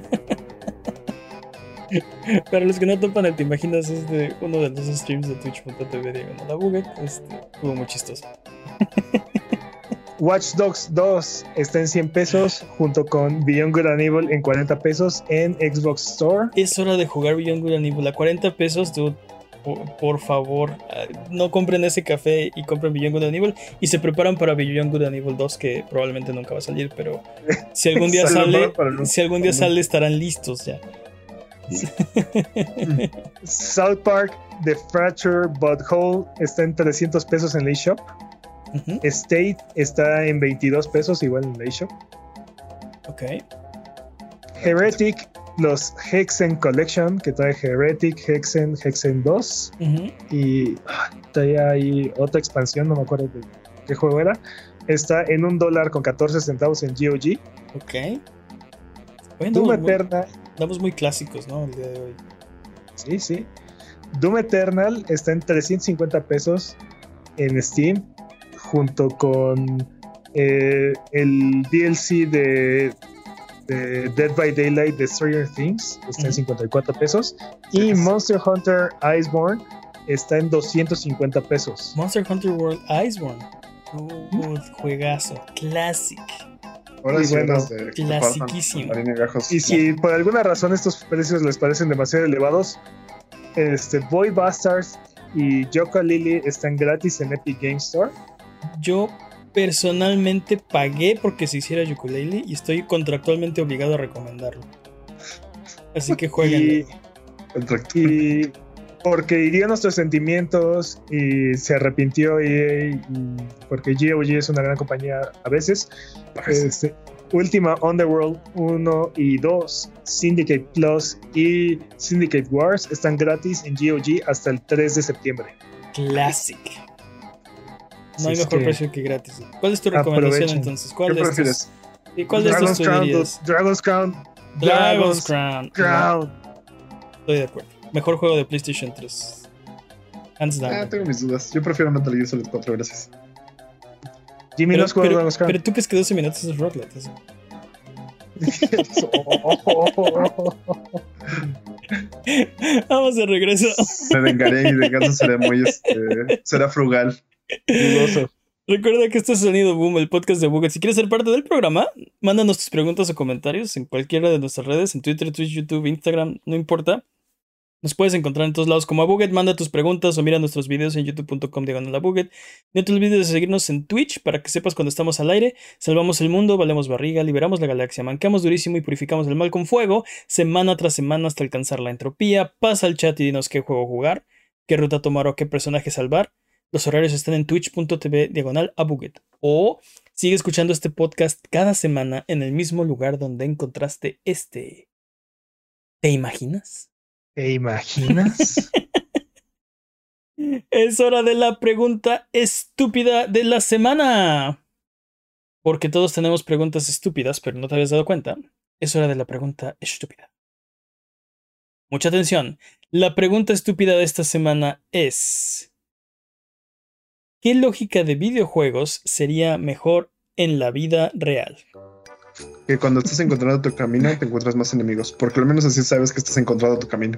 Para los que no topan el ¿te imaginas? Es de uno de los streams de Twitch.tv de la Buget. Estuvo muy chistoso. Watch Dogs 2 está en $100 junto con Beyond Good and Evil en $40 en Xbox Store. Es hora de jugar Beyond Good and Evil a $40, dude. Por favor, no compren ese café y compren Beyond Good and Evil y se preparan para Beyond Good and Evil 2, que probablemente nunca va a salir, pero si algún día sale estarán listos ya. South Park The Fracture But Whole está en $300 en la eShop. State está en $22 igual en la eShop. Ok. Heretic, los Hexen Collection que trae Heretic, Hexen 2 y trae ahí otra expansión, no me acuerdo de qué juego era. Está en $1 con 14 centavos en GOG. Ok. Doom Eternal. Estamos muy clásicos, ¿no? El día de hoy. Sí. Doom Eternal está en $350 en Steam, junto con El DLC de Dead by Daylight de Stranger Things está en 54 pesos. Y Monster Hunter Iceborne está en 250 pesos. Monster Hunter World Iceborne. Juegazo. Classic. Ahora sí, bueno, clasiquísimo. Y si por alguna razón estos precios les parecen demasiado elevados, Boy Bastards y Yooka-Laylee están gratis en Epic Game Store. Yo personalmente pagué porque se hiciera Yooka-Laylee y estoy contractualmente obligado a recomendarlo. Así que jueguen. Y porque hirió nuestros sentimientos y se arrepintió EA, y porque GOG es una gran compañía a veces. Ultima Underworld 1 y 2, Syndicate Plus y Syndicate Wars están gratis en GOG hasta el 3 de septiembre. Classic. No hay mejor precio que gratis. ¿Cuál es tu recomendación entonces? ¿Cuál de estos? ¿Y cuál de estos tú dirías? Dragon's Crown. Estoy de acuerdo. Mejor juego de PlayStation 3. Hands down. Tengo mis dudas. Yo prefiero Metal Gear Solid 4, gracias. Jimmy no jugó Dragon's Crown. Pero tú crees que 12 minutos es Rocklet. Vamos de regreso. Me vengaré y mi venganza será muy será frugal. Dudoso. Recuerda que este es Sonido Boom, el podcast de Buget. Si quieres ser parte del programa, mándanos tus preguntas o comentarios en cualquiera de nuestras redes, en Twitter, Twitch, YouTube, Instagram, no importa. Nos puedes encontrar en todos lados como Abuget. Manda tus preguntas o mira nuestros videos en youtube.com/Abuget. No te olvides de seguirnos en Twitch para que sepas cuando estamos al aire. Salvamos el mundo, valemos barriga, liberamos la galaxia, mancamos durísimo y purificamos el mal con fuego, semana tras semana hasta alcanzar la entropía. Pasa al chat y dinos qué juego jugar, qué ruta tomar o qué personaje salvar. Los horarios están en twitch.tv/Abuget. O sigue escuchando este podcast cada semana en el mismo lugar donde encontraste este. ¿Te imaginas? ¿Te imaginas? Es hora de la pregunta estúpida de la semana. Porque todos tenemos preguntas estúpidas, pero no te habías dado cuenta. Es hora de la pregunta estúpida. Mucha atención. La pregunta estúpida de esta semana es: ¿qué lógica de videojuegos sería mejor en la vida real? Que cuando estás encontrando tu camino te encuentras más enemigos, porque al menos así sabes que estás encontrando tu camino.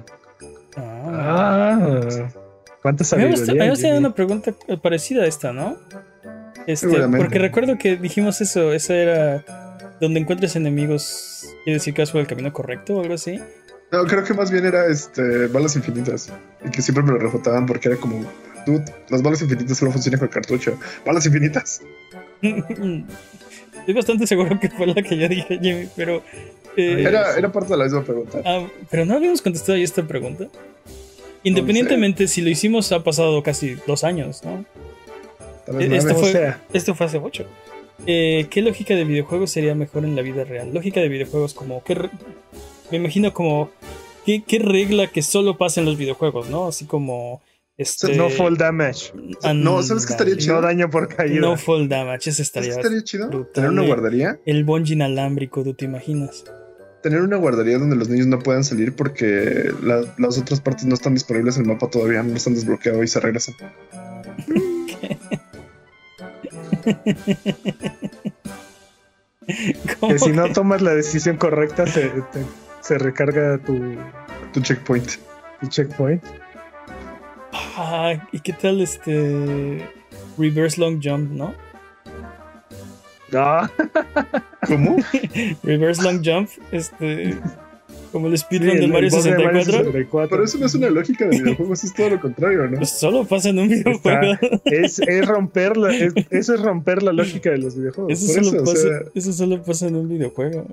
¿Cuántas sabiduría? Me una pregunta parecida a esta, ¿no? Porque recuerdo que dijimos eso era donde encuentres enemigos, quiere decir que has jugado el camino correcto o algo así. No, creo que más bien era balas infinitas, y que siempre me lo refutaban porque era como, dude, las balas infinitas solo funcionan con cartucho. Balas infinitas. Estoy bastante seguro que fue la que yo dije, Jimmy, pero... Era parte de la misma pregunta. Pero no habíamos contestado ya esta pregunta. Independientemente, si lo hicimos, ha pasado casi 2 años, ¿no? Esto fue hace 8. ¿Qué lógica de videojuegos sería mejor en la vida real? Lógica de videojuegos como... me imagino como... ¿Qué regla que solo pasa en los videojuegos, ¿no? Así como... No fall damage. No, ¿sabes qué estaría chido? No daño por caída. No fall damage, ese estaría chido. Brutal. Tener una guardería. El bungee inalámbrico, ¿tú te imaginas? Tener una guardería donde los niños no puedan salir porque las otras partes no están disponibles en el mapa todavía, no están desbloqueados y se regresan. Que si no tomas la decisión correcta se recarga tu checkpoint. Tu checkpoint. ¿Y qué tal reverse long jump, no? No. ¿Cómo? Reverse long jump, como el speedrun del Mario 64. Pero eso no es una lógica de videojuegos, es todo lo contrario, ¿no? Pues solo pasa en un videojuego. Eso es romper la lógica de los videojuegos. Eso solo pasa en un videojuego.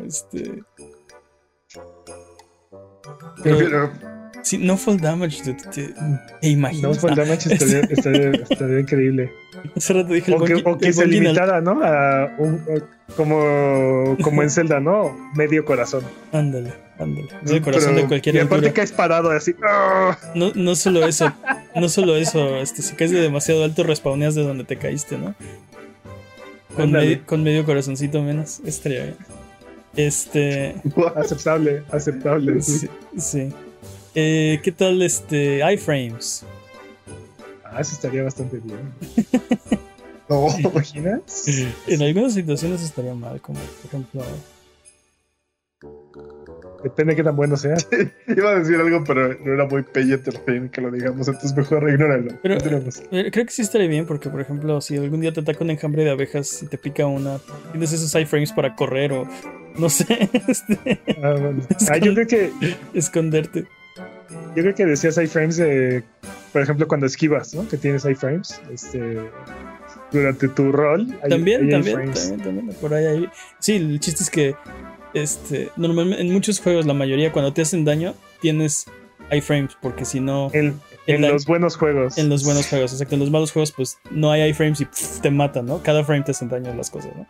Prefiero... Sí, no fall damage, ¿te imaginas? No fall damage estaría increíble. Hace rato dije o que se limitara, ¿no? A como en Zelda, ¿no? Medio corazón. Ándale. Medio corazón de cualquier altura. Y aparte caes parado así. No solo eso. Si caes de demasiado alto, respawneas de donde te caíste, ¿no? Con medio corazoncito menos. Estaría bien. Aceptable. Sí. ¿Qué tal iframes? Eso estaría bastante bien. No, ¿Te imaginas? En algunas situaciones estaría mal, como por ejemplo. Depende de qué tan bueno sea. iba a decir algo, pero no era muy pay-entertain que lo digamos, entonces mejor ignóralo. Pero Continuemos. creo que sí estaría bien, porque por ejemplo, si algún día te ataca un enjambre de abejas y te pica una, tienes esos iframes para correr o no sé, Bueno. Yo esconderte. decías iframes de, por ejemplo, cuando esquivas, ¿no? Que tienes iframes, durante tu rol. También, hay iframes. también, por ahí hay. Sí, el chiste es que normalmente en muchos juegos, la mayoría, cuando te hacen daño, tienes iframes, porque si no. En los buenos juegos. En los buenos juegos, exacto. En los malos juegos, pues no hay iframes y te matan, ¿no? Cada frame te hacen daño en las cosas, ¿no?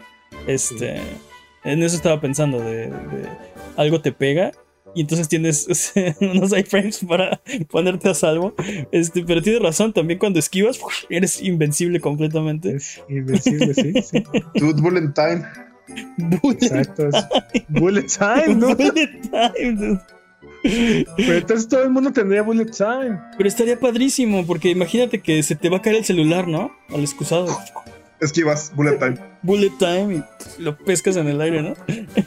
En eso estaba pensando, de algo te pega y entonces tienes unos iframes para ponerte a salvo. Pero tienes razón, también cuando esquivas, eres invencible completamente. Es invencible, sí. Dude, Bullet Time. Exacto. Bullet Time, ¿no? Bullet time, dude. Pero entonces todo el mundo tendría Bullet Time. Pero estaría padrísimo, porque imagínate que se te va a caer el celular, ¿no? Al excusado. Esquivas, Bullet Time. Bullet time y lo pescas en el aire, ¿no?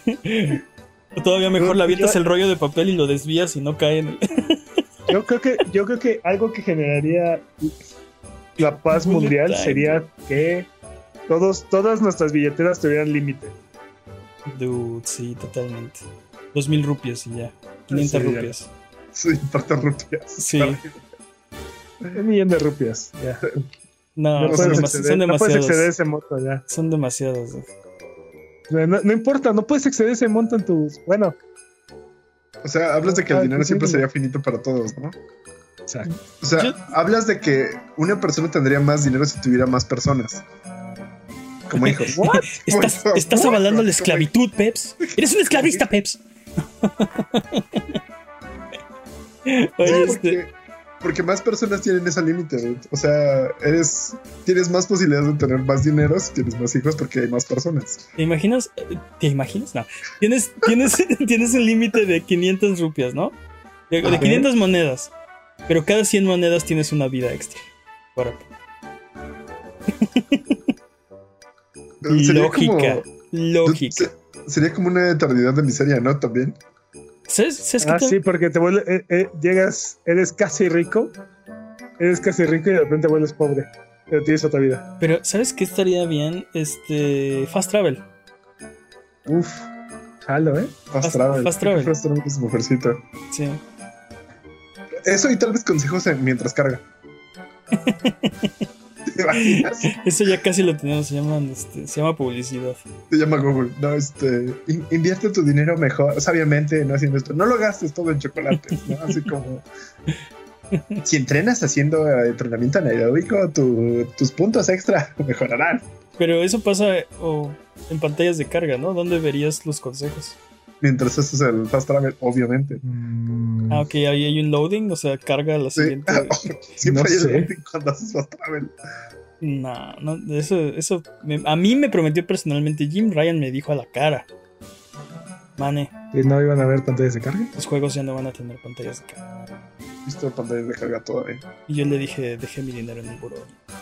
O todavía mejor, le avientas el rollo de papel y lo desvías y no cae en el... Yo creo que algo que generaría la paz Bullet mundial time. sería que todas nuestras billeteras tuvieran límite. Dude, sí, totalmente. 2,000 rupias y ya. 500 Sí, ya. rupias. Sí, parte rupias. Sí. 1,000,000 de rupias, ya. No, No son, puedes son no puedes exceder demasiados. ese monto ya. Son demasiados. No importa, no puedes exceder ese monto en tus... Bueno, O sea, hablas de que el dinero sí, siempre sí. sería finito para todos, ¿no? exacto. O sea, Yo- hablas de que una persona tendría más dinero si tuviera más personas. Como hijos. What? Estás What? avalando la esclavitud, Peps. Eres un esclavista, Peps. Oye, Porque más personas tienen ese límite, dude. O sea, tienes más posibilidades de tener más dinero si tienes más hijos porque hay más personas. ¿te imaginas? ¿Te imaginas? No. Tienes un límite de 500 rupias, ¿no? De 500 monedas. Pero cada 100 monedas tienes una vida extra. Para... Sería Lógica. como- Lógica. Sería como una eternidad de miseria, ¿no? También. ¿Sabes qué? Sí, porque te vuelves, eres casi rico y de repente vuelves pobre, pero tienes otra vida. Pero ¿sabes qué estaría bien? Fast travel. Uf, jalo, ¿eh? Fast travel. Fast travel. Fast travel es mujercita. Sí. Eso y tal vez consejos mientras carga. ¿Te imaginas? Eso ya casi lo tenemos, se llama publicidad. Se llama Google. No, invierte tu dinero mejor, sabiamente, no haciendo esto. No lo gastes todo en chocolates, ¿no? Así como. Si entrenas haciendo entrenamiento anaeróbico, tus puntos extra mejorarán. Pero eso pasa en pantallas de carga, ¿no? ¿Dónde verías los consejos? Mientras haces el fast travel, obviamente. Ah, ok, ahí hay un loading, o sea, carga la Sí. siguiente. Siempre No hay el sé. loading cuando haces fast travel. No, eso a mí me prometió personalmente Jim Ryan, me dijo a la cara. Mane, ¿Y no iban a haber pantallas de carga? los juegos ya no van a tener pantallas de carga. Visto pantallas de carga todavía. Y yo le dije, dejé mi dinero en el buró.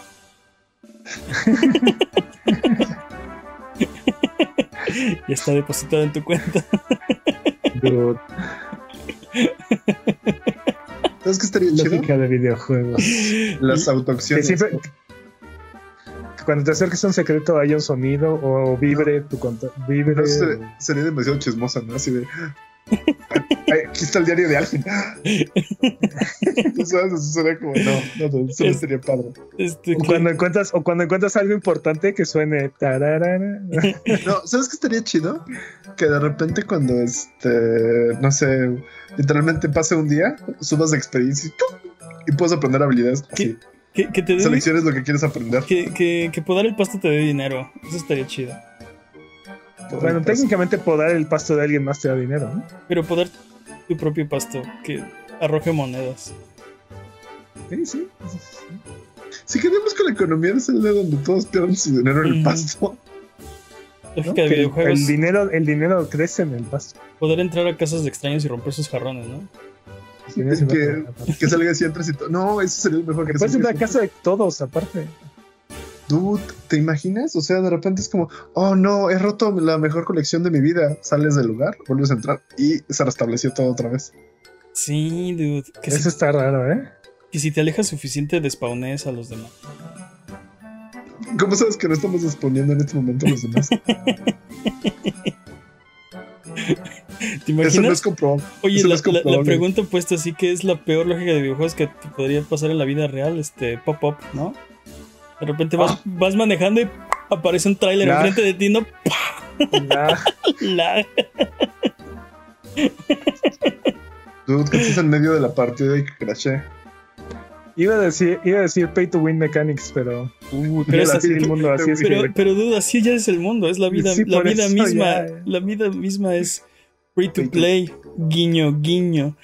Ya está depositado en tu cuenta. Dude, ¿Sabes qué estaría chido? lógica de videojuegos. Las Que autoacciones. siempre, que cuando te acerques a un secreto haya un sonido o vibre tu vibre. Pero eso sería demasiado chismosa, ¿no? Así de. Ay, aquí está el diario de alguien. Tú sabes, eso sería como. No, eso sería padre. O cuando encuentras algo importante que suene tararara. No, ¿sabes qué estaría chido? Que de repente cuando no sé, literalmente pase un día, subas de experiencia y puedes aprender habilidades así. que te dé, Selecciones lo que quieres aprender. que podar el pasto te dé dinero. Eso estaría chido. Bueno, técnicamente podar el pasto de alguien más te da dinero, ¿no? Pero podar tu propio pasto que arroje monedas. Sí. Si queremos que la economía es el de donde todos pierden su dinero en el Ujú. pasto. Lógica ¿no? de Que videojuegos. el dinero crece en el pasto. Poder entrar a casas de extraños y romper sus jarrones, ¿no? El dinero se va Que salga así, entras y todo. No, eso sería el mejor que Puedes entrar a casa de todos, aparte. Dude, ¿te imaginas? O sea, de repente es como, oh no, he roto la mejor colección de mi vida. Sales del lugar, vuelves a entrar y se restableció todo otra vez. Sí, dude. Eso está raro, ¿eh? Que si te alejas suficiente, despawnes a los demás. ¿Cómo sabes que no estamos exponiendo en este momento a los demás? ¿Te imaginas? Eso no es comprobable. Oye, Eso no la, es comprobable. la pregunta puesta así que es la peor lógica de videojuegos que te podría pasar en la vida real, pop-up, ¿no? De repente vas manejando y aparece un tráiler enfrente de ti, ¿no? Lag. Dude, que estás en medio de la partida y que crashé. Iba a decir pay to win mechanics, pero pero es así el mundo, así es. Pero duda, así ya es el mundo, es la vida, sí, la vida misma, ya. La vida misma es free to play, guiño, guiño.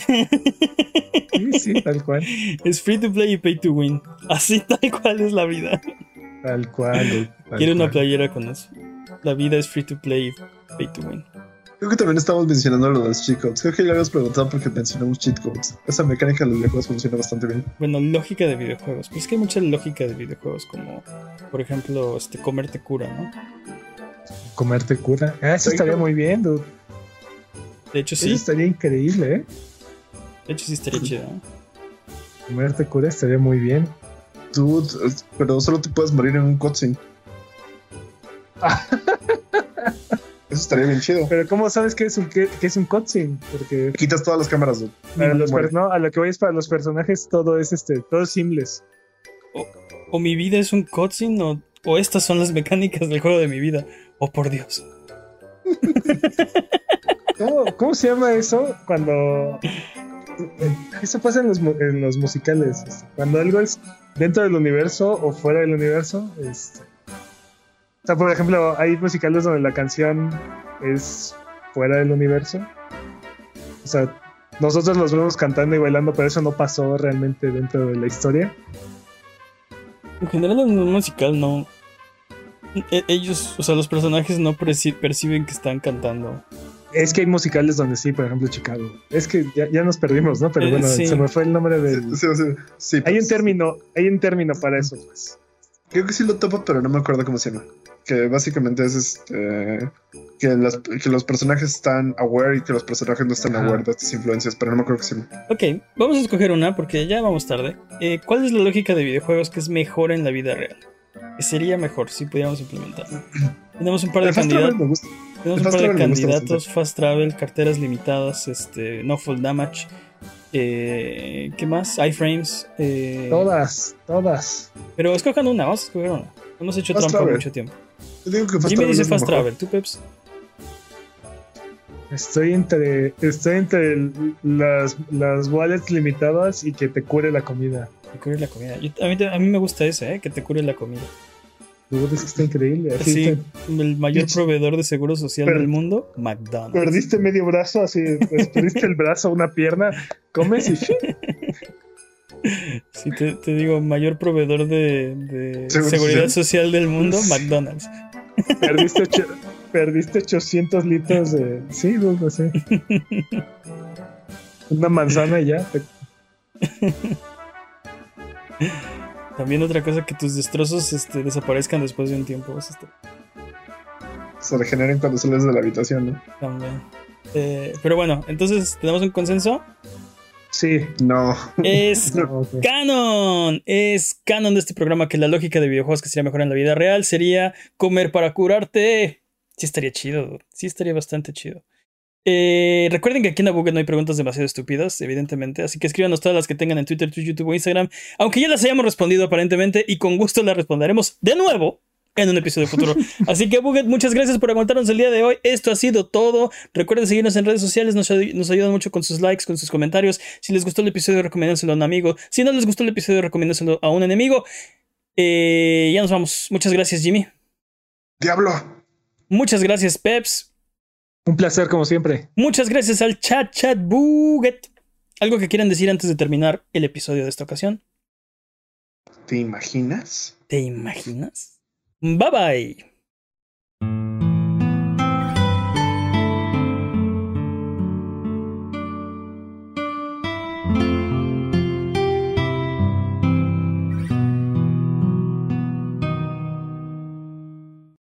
Sí, tal cual. Es free to play y pay to win. Así tal cual es la vida. Tal cual. Quiero una playera con eso. La vida es free to play y pay to win. Creo que también estamos mencionando lo de los cheat codes. Creo que ya habías preguntado porque mencionamos cheat codes. Esa mecánica de los videojuegos funciona bastante bien. Bueno, lógica de videojuegos. Pues es que hay mucha lógica de videojuegos, como por ejemplo, comerte cura, ¿no? Comerte cura. Eso estaría muy bien, dude. De hecho, sí. Eso estaría increíble, ¿eh? De hecho, sí estaría chido, ¿eh? Comerte cura estaría muy bien. Dude, pero solo te puedes morir en un cutscene. Eso estaría bien chido. Pero ¿cómo sabes que es un cutscene? Porque quitas todas las cámaras, dude. No, a lo que voy es para los personajes todo es todo es seamless. O mi vida es un cutscene o estas son las mecánicas del juego de mi vida. Oh, por Dios. ¿Cómo se llama eso? Cuando eso pasa en los musicales. Cuando algo es dentro del universo o fuera del universo. O sea, por ejemplo, hay musicales donde la canción es fuera del universo. O sea, nosotros los vemos cantando y bailando, pero eso no pasó realmente dentro de la historia. En general en un musical no. Ellos, o sea, los personajes no perciben que están cantando. Es que hay musicales donde sí, por ejemplo, Chicago. Es que ya nos perdimos, ¿no? Pero bueno, sí. Se me fue el nombre del... Sí, hay un término para eso, pues. Creo que sí lo topo, pero no me acuerdo cómo se llama. Que básicamente es que los personajes están aware y que los personajes no están aware de estas influencias, pero no me acuerdo qué se llama. Ok, vamos a escoger una porque ya vamos tarde. ¿Cuál es la lógica de videojuegos que es mejor en la vida real? Que sería mejor si pudiéramos implementarlo. Tenemos un par de candidatos. Tenemos un par de candidatos: Fast Travel, carteras limitadas, no fall damage. ¿Qué más? Iframes. Todas. Pero escojan una, vamos a escoger una. Hemos hecho Fast trampa Travel. mucho tiempo. Yo digo que ¿Quién me dice Fast Travel? ¿Tú, Peps? Estoy entre las wallets limitadas y que te cure la comida. Te cure la comida. A mí me gusta ese, que te cure la comida. Es que está increíble. Sí, el mayor proveedor de seguro social del mundo, McDonald's. Perdiste medio brazo, así, perdiste el brazo, una pierna, comes y... Sí, te digo, mayor proveedor de seguridad social del mundo, McDonald's. Perdiste 800 litros de... Sí, no sé. Una manzana y ya. También otra cosa, que tus destrozos desaparezcan después de un tiempo. Se regeneren cuando sales de la habitación, ¿no? También. Pero bueno, entonces, ¿tenemos un consenso? Sí. No. Es okay. canon. Es canon de este programa que la lógica de videojuegos que sería mejor en la vida real sería comer para curarte. Sí estaría chido. Sí estaría bastante chido. Recuerden que aquí en Abuget no hay preguntas demasiado estúpidas, evidentemente, así que escríbanos todas las que tengan en Twitter, Twitch, YouTube o Instagram, aunque ya las hayamos respondido aparentemente, y con gusto las responderemos de nuevo en un episodio futuro. Así que Abuget, muchas gracias por aguantarnos el día de hoy. Esto ha sido todo. Recuerden seguirnos en redes sociales, nos ayudan mucho con sus likes, con sus comentarios. Si les gustó el episodio, recomiéndenselo a un amigo. Si no les gustó el episodio, recomiéndenselo a un enemigo. Ya nos vamos. Muchas gracias, Jimmy. ¡Diablo! Muchas gracias, Peps. Un placer, como siempre. Muchas gracias al chat Buget. ¿Algo que quieran decir antes de terminar el episodio de esta ocasión? ¿Te imaginas? ¿Te imaginas? Bye bye.